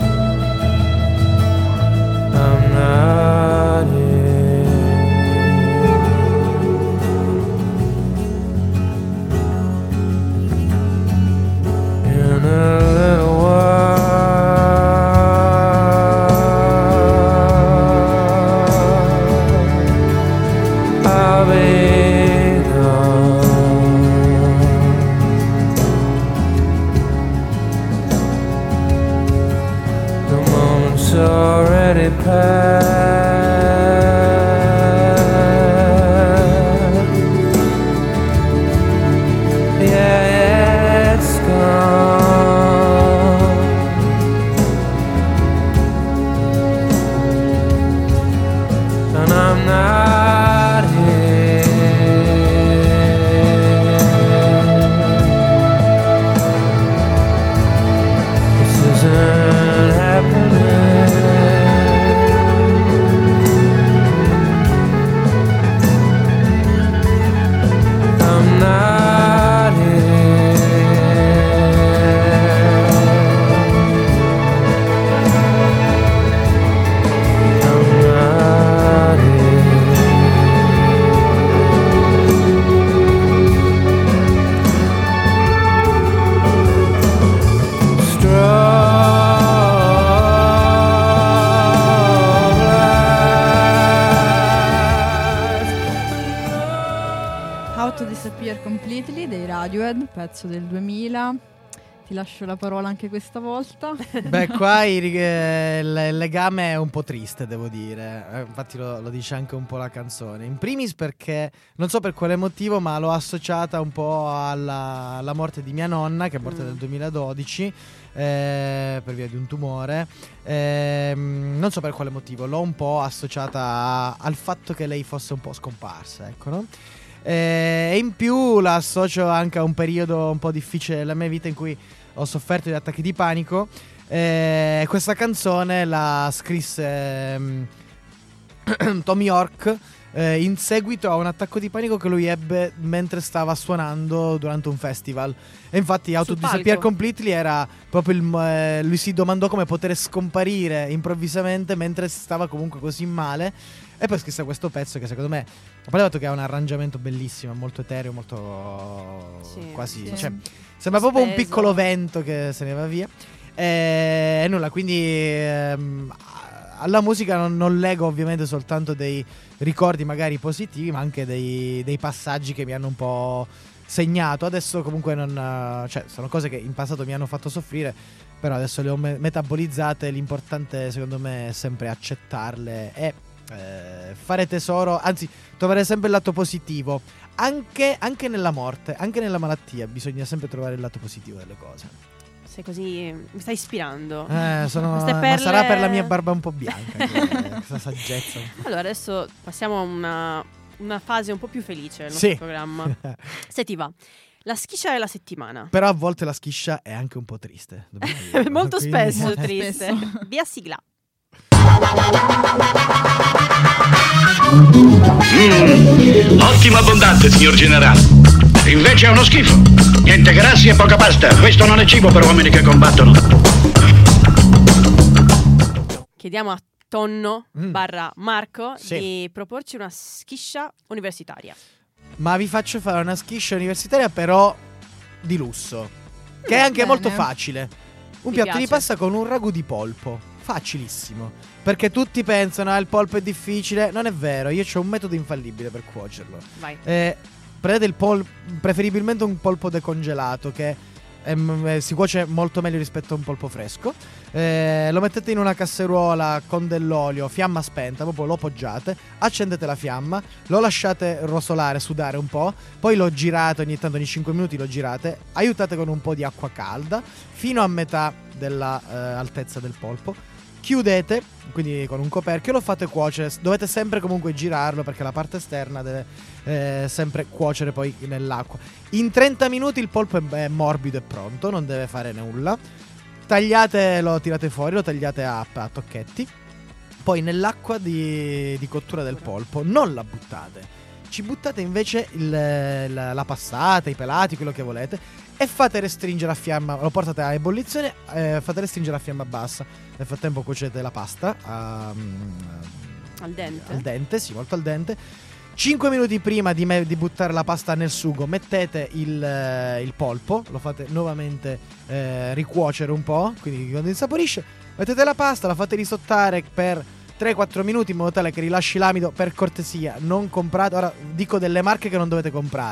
I'm not here. it's already past. Yeah, it's gone. And I'm not here. This isn't happening. I'm not here. I'm not here. How to Disappear Completely dei Radiohead, pezzo del duemila. Ti lascio la parola anche questa volta. Beh, qua i rig- eh, il il legame è un po' triste, devo dire. Eh, infatti lo, lo dice anche un po' la canzone. In primis perché, non so per quale motivo, ma l'ho associata un po' alla, alla morte di mia nonna, che è morta Mm. nel duemiladodici, eh, per via di un tumore. Ehm, non so per quale motivo, l'ho un po' associata a- al fatto che lei fosse un po' scomparsa, ecco, no? Eh, E in più la associo anche a un periodo un po' difficile della mia vita in cui ho sofferto di attacchi di panico. Eh, questa canzone la scrisse ehm, Tom York eh, in seguito a un attacco di panico che lui ebbe mentre stava suonando durante un festival. E infatti How to Sul Disappear palco. Completely era proprio il, eh, lui si domandò come poter scomparire improvvisamente mentre stava comunque così male. E poi scrisse questo pezzo che secondo me, a parte il fatto che ha un arrangiamento bellissimo, molto etereo, molto Sì, quasi, sì. cioè, sembra proprio un Sospeso. piccolo vento che se ne va via. E nulla, quindi ehm, alla musica non, non leggo ovviamente soltanto dei ricordi magari positivi, ma anche dei, dei passaggi che mi hanno un po' segnato. Adesso comunque non, eh, cioè, sono cose che in passato mi hanno fatto soffrire, però adesso le ho me- metabolizzate. L'importante secondo me è sempre accettarle e eh, fare tesoro, anzi trovare sempre il lato positivo. Anche, anche nella morte, anche nella malattia bisogna sempre trovare il lato positivo delle cose. Sei così. Mi stai ispirando. Eh, sono, Queste ma perle- sarà per la mia barba un po' bianca, che- questa saggezza. Allora, adesso passiamo a una, una fase un po' più felice del Sì. nostro programma. Se ti va. La schiscia della settimana. Però a volte la schiscia è anche un po' triste, dobbiamo dirlo. Molto Quindi- spesso Molto triste. spesso. Via sigla. Ottimo abbondante, signor generale. Invece è uno schifo. Niente grassi e poca pasta. Questo non è cibo per uomini che combattono. Chiediamo a Tonno Mm. barra Marco Sì. di proporci una schiscia universitaria. Ma vi faccio fare una schiscia universitaria però di lusso, che è anche Bene. molto facile. Un Mi piatto di piace. pasta con un ragù di polpo. Facilissimo. Perché tutti pensano, ah, il polpo è difficile. Non è vero, io ho un metodo infallibile per cuocerlo. Vai. Eh, prendete il polpo, preferibilmente un polpo decongelato che ehm, eh, si cuoce molto meglio rispetto a un polpo fresco. Eh, lo mettete in una casseruola con dell'olio, fiamma spenta, proprio lo poggiate, accendete la fiamma, lo lasciate rosolare, sudare un po', poi lo girate ogni tanto, ogni cinque minuti lo girate, aiutate con un po' di acqua calda fino a metà dell'altezza del polpo. Chiudete, quindi con un coperchio, lo fate cuocere. Dovete sempre comunque girarlo perché la parte esterna deve eh, sempre cuocere poi nell'acqua. In trenta minuti il polpo è, è morbido e pronto, non deve fare nulla. Tagliate, lo tirate fuori, lo tagliate a, a tocchetti. Poi nell'acqua di, di cottura del polpo non la buttate. Ci buttate invece il, la, la passata, i pelati, quello che volete, e fate restringere a fiamma. Lo portate a ebollizione, eh, fate restringere a fiamma bassa. Nel frattempo cuocete la pasta a, Al dente. al dente, sì, molto al dente. cinque minuti prima di, me- di buttare la pasta nel sugo, mettete il, eh, il polpo, lo fate nuovamente eh, ricuocere un po', quindi quando insaporisce, mettete la pasta, la fate risottare per tre quattro minuti in modo tale che rilasci l'amido. Per cortesia, non comprate, ora dico delle marche che non dovete comprare: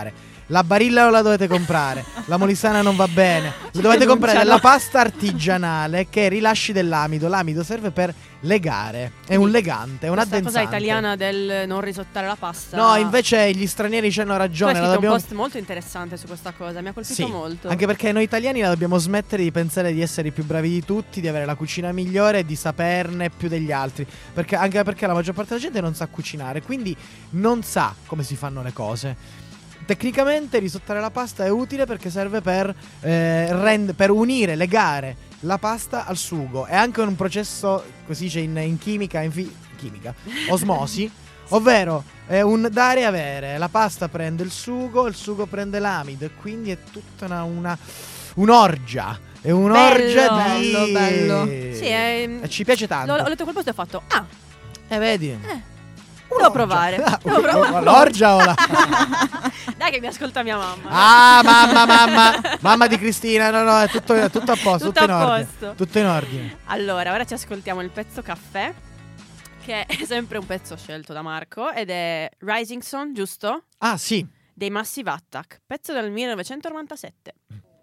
La Barilla non la dovete comprare, la Molisana non va bene. Ci Dovete comprare denunciano. della pasta artigianale che rilasci dell'amido. L'amido serve per legare, è un legante, è un Questa addensante. cosa italiana del non risottare la pasta. No, invece gli stranieri ci hanno Tu ragione. hai la scritto dobbiamo... un post molto interessante su questa cosa, mi ha colpito Sì, molto. anche perché noi italiani la dobbiamo smettere di pensare di essere i più bravi di tutti, di avere la cucina migliore e di saperne più degli altri. Perché, anche perché la maggior parte della gente non sa cucinare, quindi non sa come si fanno le cose. Tecnicamente risottare la pasta è utile perché serve per, eh, rend- per unire, legare la pasta al sugo. È anche un processo, così dice in, in chimica, in fi- chimica, osmosi, ovvero è un dare e avere. La pasta prende il sugo, il sugo prende l'amido e quindi è tutta una, una un'orgia. È un'orgia Bello, di... bello, bello. Sì, è... E ci piace tanto. L'ho, ho letto quel post e ho fatto, ah, Eh, vedi? Eh. devo provare. Ah, Devo provare. l'orgia o la... Dai che mi ascolta mia mamma. Ah, mamma, mamma, mamma di Cristina. No, no, è tutto, è tutto a posto. Tutto Tutto, in a ordine. posto. Tutto in ordine. Allora, ora ci ascoltiamo il pezzo caffè, che è sempre un pezzo scelto da Marco, ed è Rising Sun, giusto? Ah, sì. Dei Massive Attack, pezzo del millenovecentonovantasette.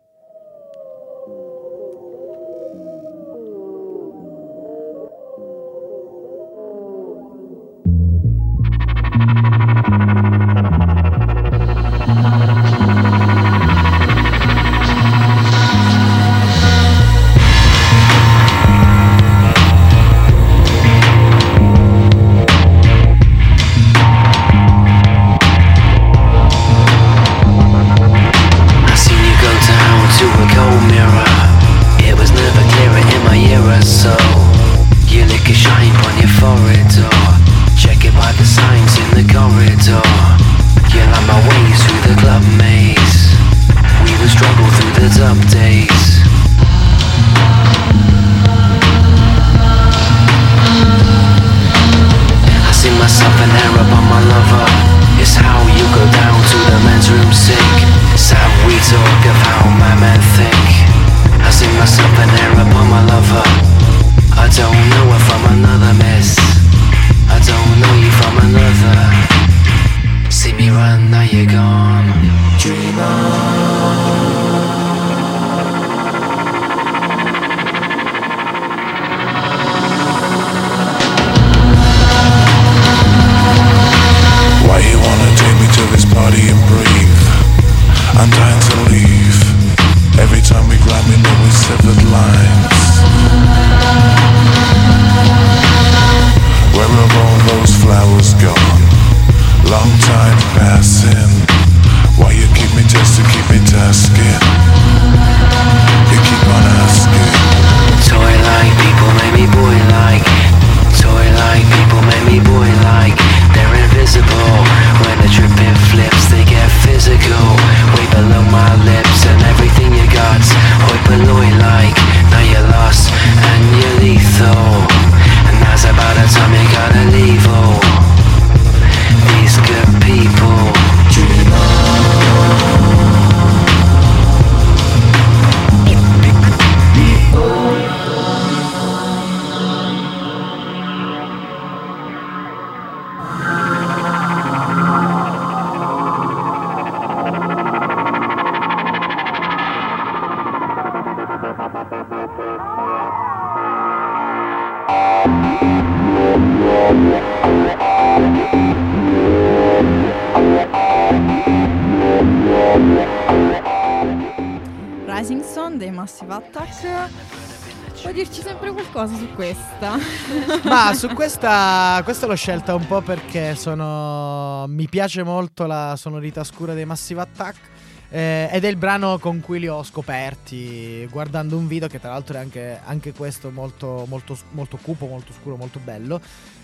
Rising Sun dei Massive Attack. Puoi dirci sempre qualcosa su questa? Ma su questa, questa l'ho scelta un po' perché sono mi piace molto la sonorità scura dei Massive Attack, eh, ed è il brano con cui li ho scoperti guardando un video che tra l'altro è anche, anche questo molto, molto, molto cupo, molto scuro, molto bello.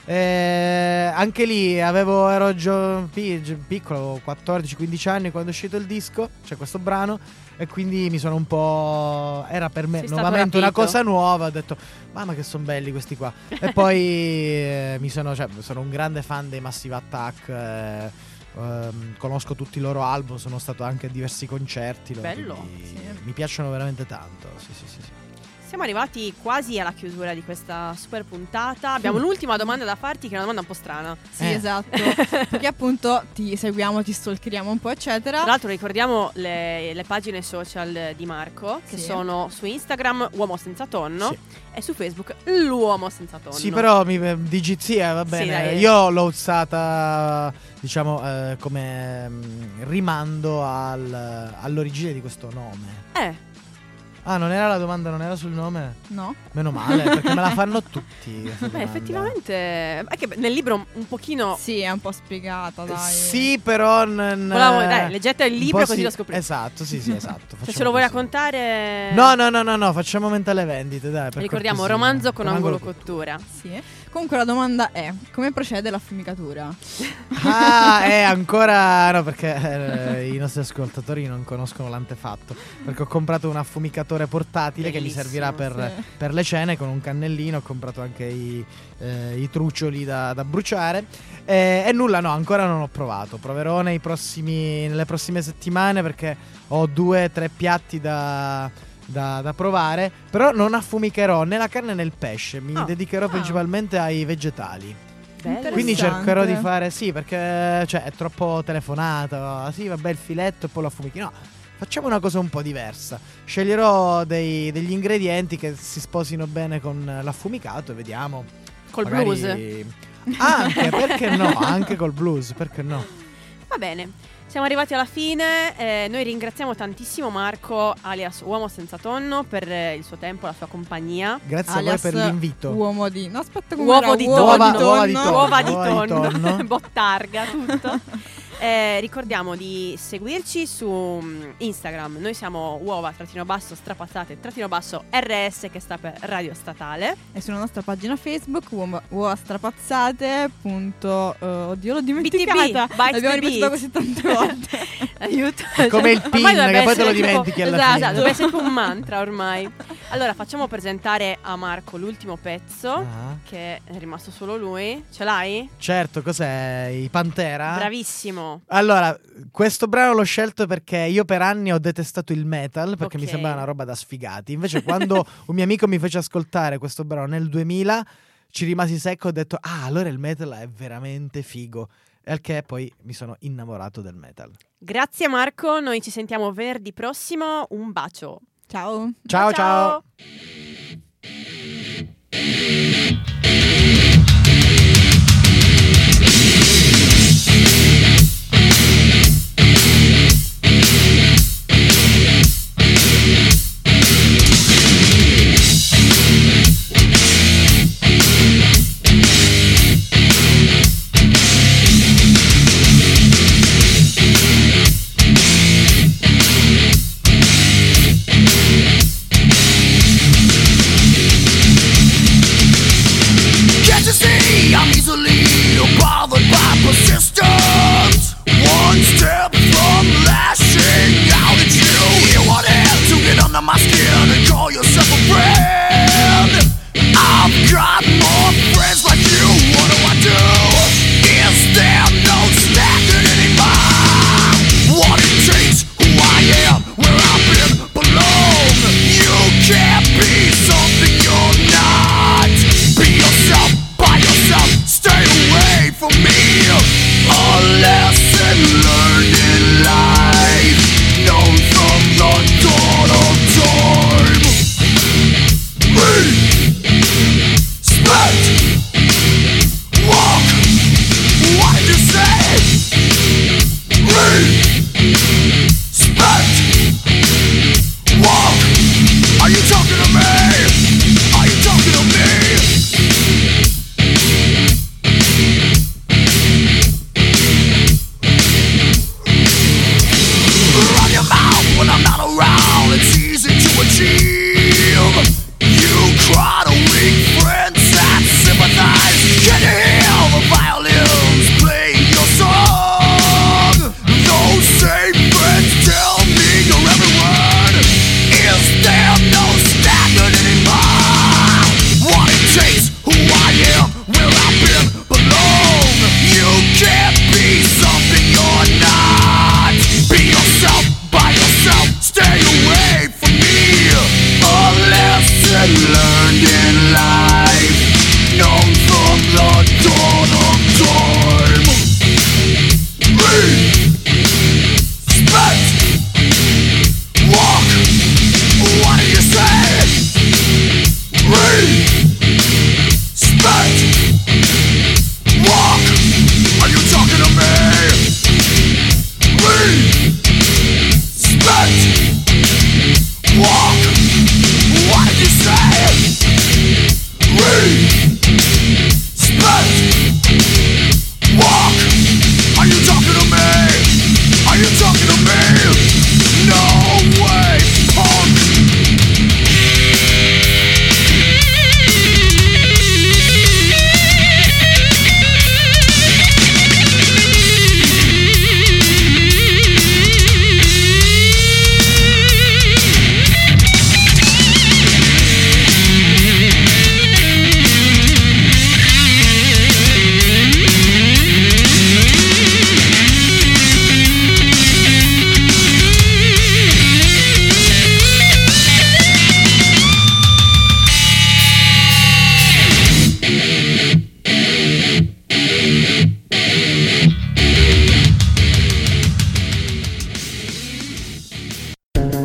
Eh, anche lì avevo, ero gio, pi, gio, piccolo, quattordici quindici anni quando è uscito il disco, cioè questo brano, e quindi mi sono un po'... era per me Sei nuovamente stato una rapito. cosa nuova. Ho detto mamma che sono belli questi qua. E poi eh, mi sono, cioè, sono un grande fan dei Massive Attack, eh, ehm, conosco tutti i loro album, sono stato anche a diversi concerti loro, Bello, quindi sì. mi piacciono veramente tanto. Sì, sì, sì, sì. siamo arrivati quasi alla chiusura di questa super puntata. Abbiamo l'ultima domanda da farti, che è una domanda un po' strana. Sì, Eh. esatto. Perché appunto ti seguiamo, ti stalkeriamo un po', eccetera. Tra l'altro ricordiamo le, le pagine social di Marco, che Sì. sono su Instagram Uomo Senza Tonno Sì. e su Facebook L'Uomo Senza Tonno. Sì, però mi D G Z eh, va bene. dai. Io l'ho usata, diciamo, eh, come mm, rimando al- all'origine di questo nome. Eh, Ah, non era la domanda, non era sul nome? No? Meno male, perché me la fanno tutti. questa beh, domanda. effettivamente è che nel libro un pochino Sì, è un po' spiegata, dai. Sì, però. n- Volavo- dai, leggete il un libro po' così sì. lo scoprite. Esatto, sì, sì, esatto. Se facciamo ce lo vuoi così. raccontare. No, no, no, no, no, facciamo mentale vendite, dai. per Ricordiamo cortesia. romanzo con angolo cottura. cottura. Sì. Comunque la domanda è: come procede l'affumicatura? Ah, è ancora. No, perché eh, i nostri ascoltatori non conoscono l'antefatto. Perché ho comprato un affumicatore portatile che mi Bellissimo, servirà per, sì. per le cene con un cannellino. Ho comprato anche i, eh, i truccioli da, da bruciare. Eh, e nulla, no, ancora non ho provato. Proverò nei prossimi, nelle prossime settimane perché ho due, tre piatti da. Da, da provare, però non affumicherò né la carne né il pesce, mi Ah. dedicherò Ah. principalmente ai vegetali. Bello. Quindi Interessante. cercherò di fare, sì, perché cioè, è troppo telefonato. Ah, sì, vabbè, il filetto e poi lo affumichi. No, facciamo una cosa un po' diversa. Sceglierò dei- degli ingredienti che si sposino bene con l'affumicato e vediamo. Col Magari- blues. Anche, perché no? Anche col blues, perché no? Va bene. Siamo arrivati alla fine, eh, noi ringraziamo tantissimo Marco alias Uomo Senza Tonno per eh, il suo tempo, la sua compagnia. Grazie a voi Alias per l'invito. Uomo di. No, aspetta, come Uovo era? di Uovo tonno, Uova di tonno. tonno. uova di Uova di tonno, tonno. bottarga, tutto. Eh, ricordiamo di seguirci su mm, Instagram, noi siamo uova trattino basso strapazzate trattino basso R S, che sta per Radio Statale. E sulla nostra pagina Facebook uova, uova strapazzate. Punto, eh, oddio, l'ho dimenticata. B T B, Bites L'abbiamo the ripetuto Beat. così tante volte. Aiuto. È come il pin, Ormai dovrebbe che poi te lo essere tipo- dimentichi alla esatto, fine. esatto, dovrebbe essere tipo un mantra ormai. Allora facciamo presentare a Marco l'ultimo pezzo, Ah. che è rimasto solo lui. Ce l'hai? Certo, cos'è? I Pantera? Bravissimo. Allora, questo brano l'ho scelto perché io per anni ho detestato il metal, perché mi Ok. sembrava una roba da sfigati. Invece quando un mio amico mi fece ascoltare questo brano nel duemila, ci rimasi secco e ho detto "Ah, allora il metal è veramente figo". E al che poi mi sono innamorato del metal. Grazie Marco, noi ci sentiamo venerdì prossimo. Un bacio. Ciao. Ciao ciao. Can't you see I'm easily bothered by persistence? One step from lashing out at you. You want to get under my skin and call yourself a friend. I've got more friends like you. What do I do? Is there no standing anymore? What it takes, who I am, where I've been, belong. You can't be something you're not. Be yourself, by yourself, stay away from me. A lesson learned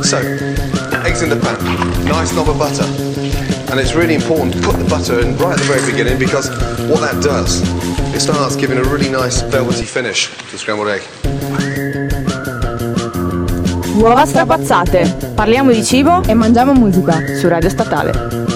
So, eggs in the pan, nice knob of butter. And it's really important to put the butter in right at the very beginning, because what that does, it starts giving a really nice velvety finish to the scrambled egg. Uova strapazzate. Parliamo di cibo e mangiamo musica su Radio Statale.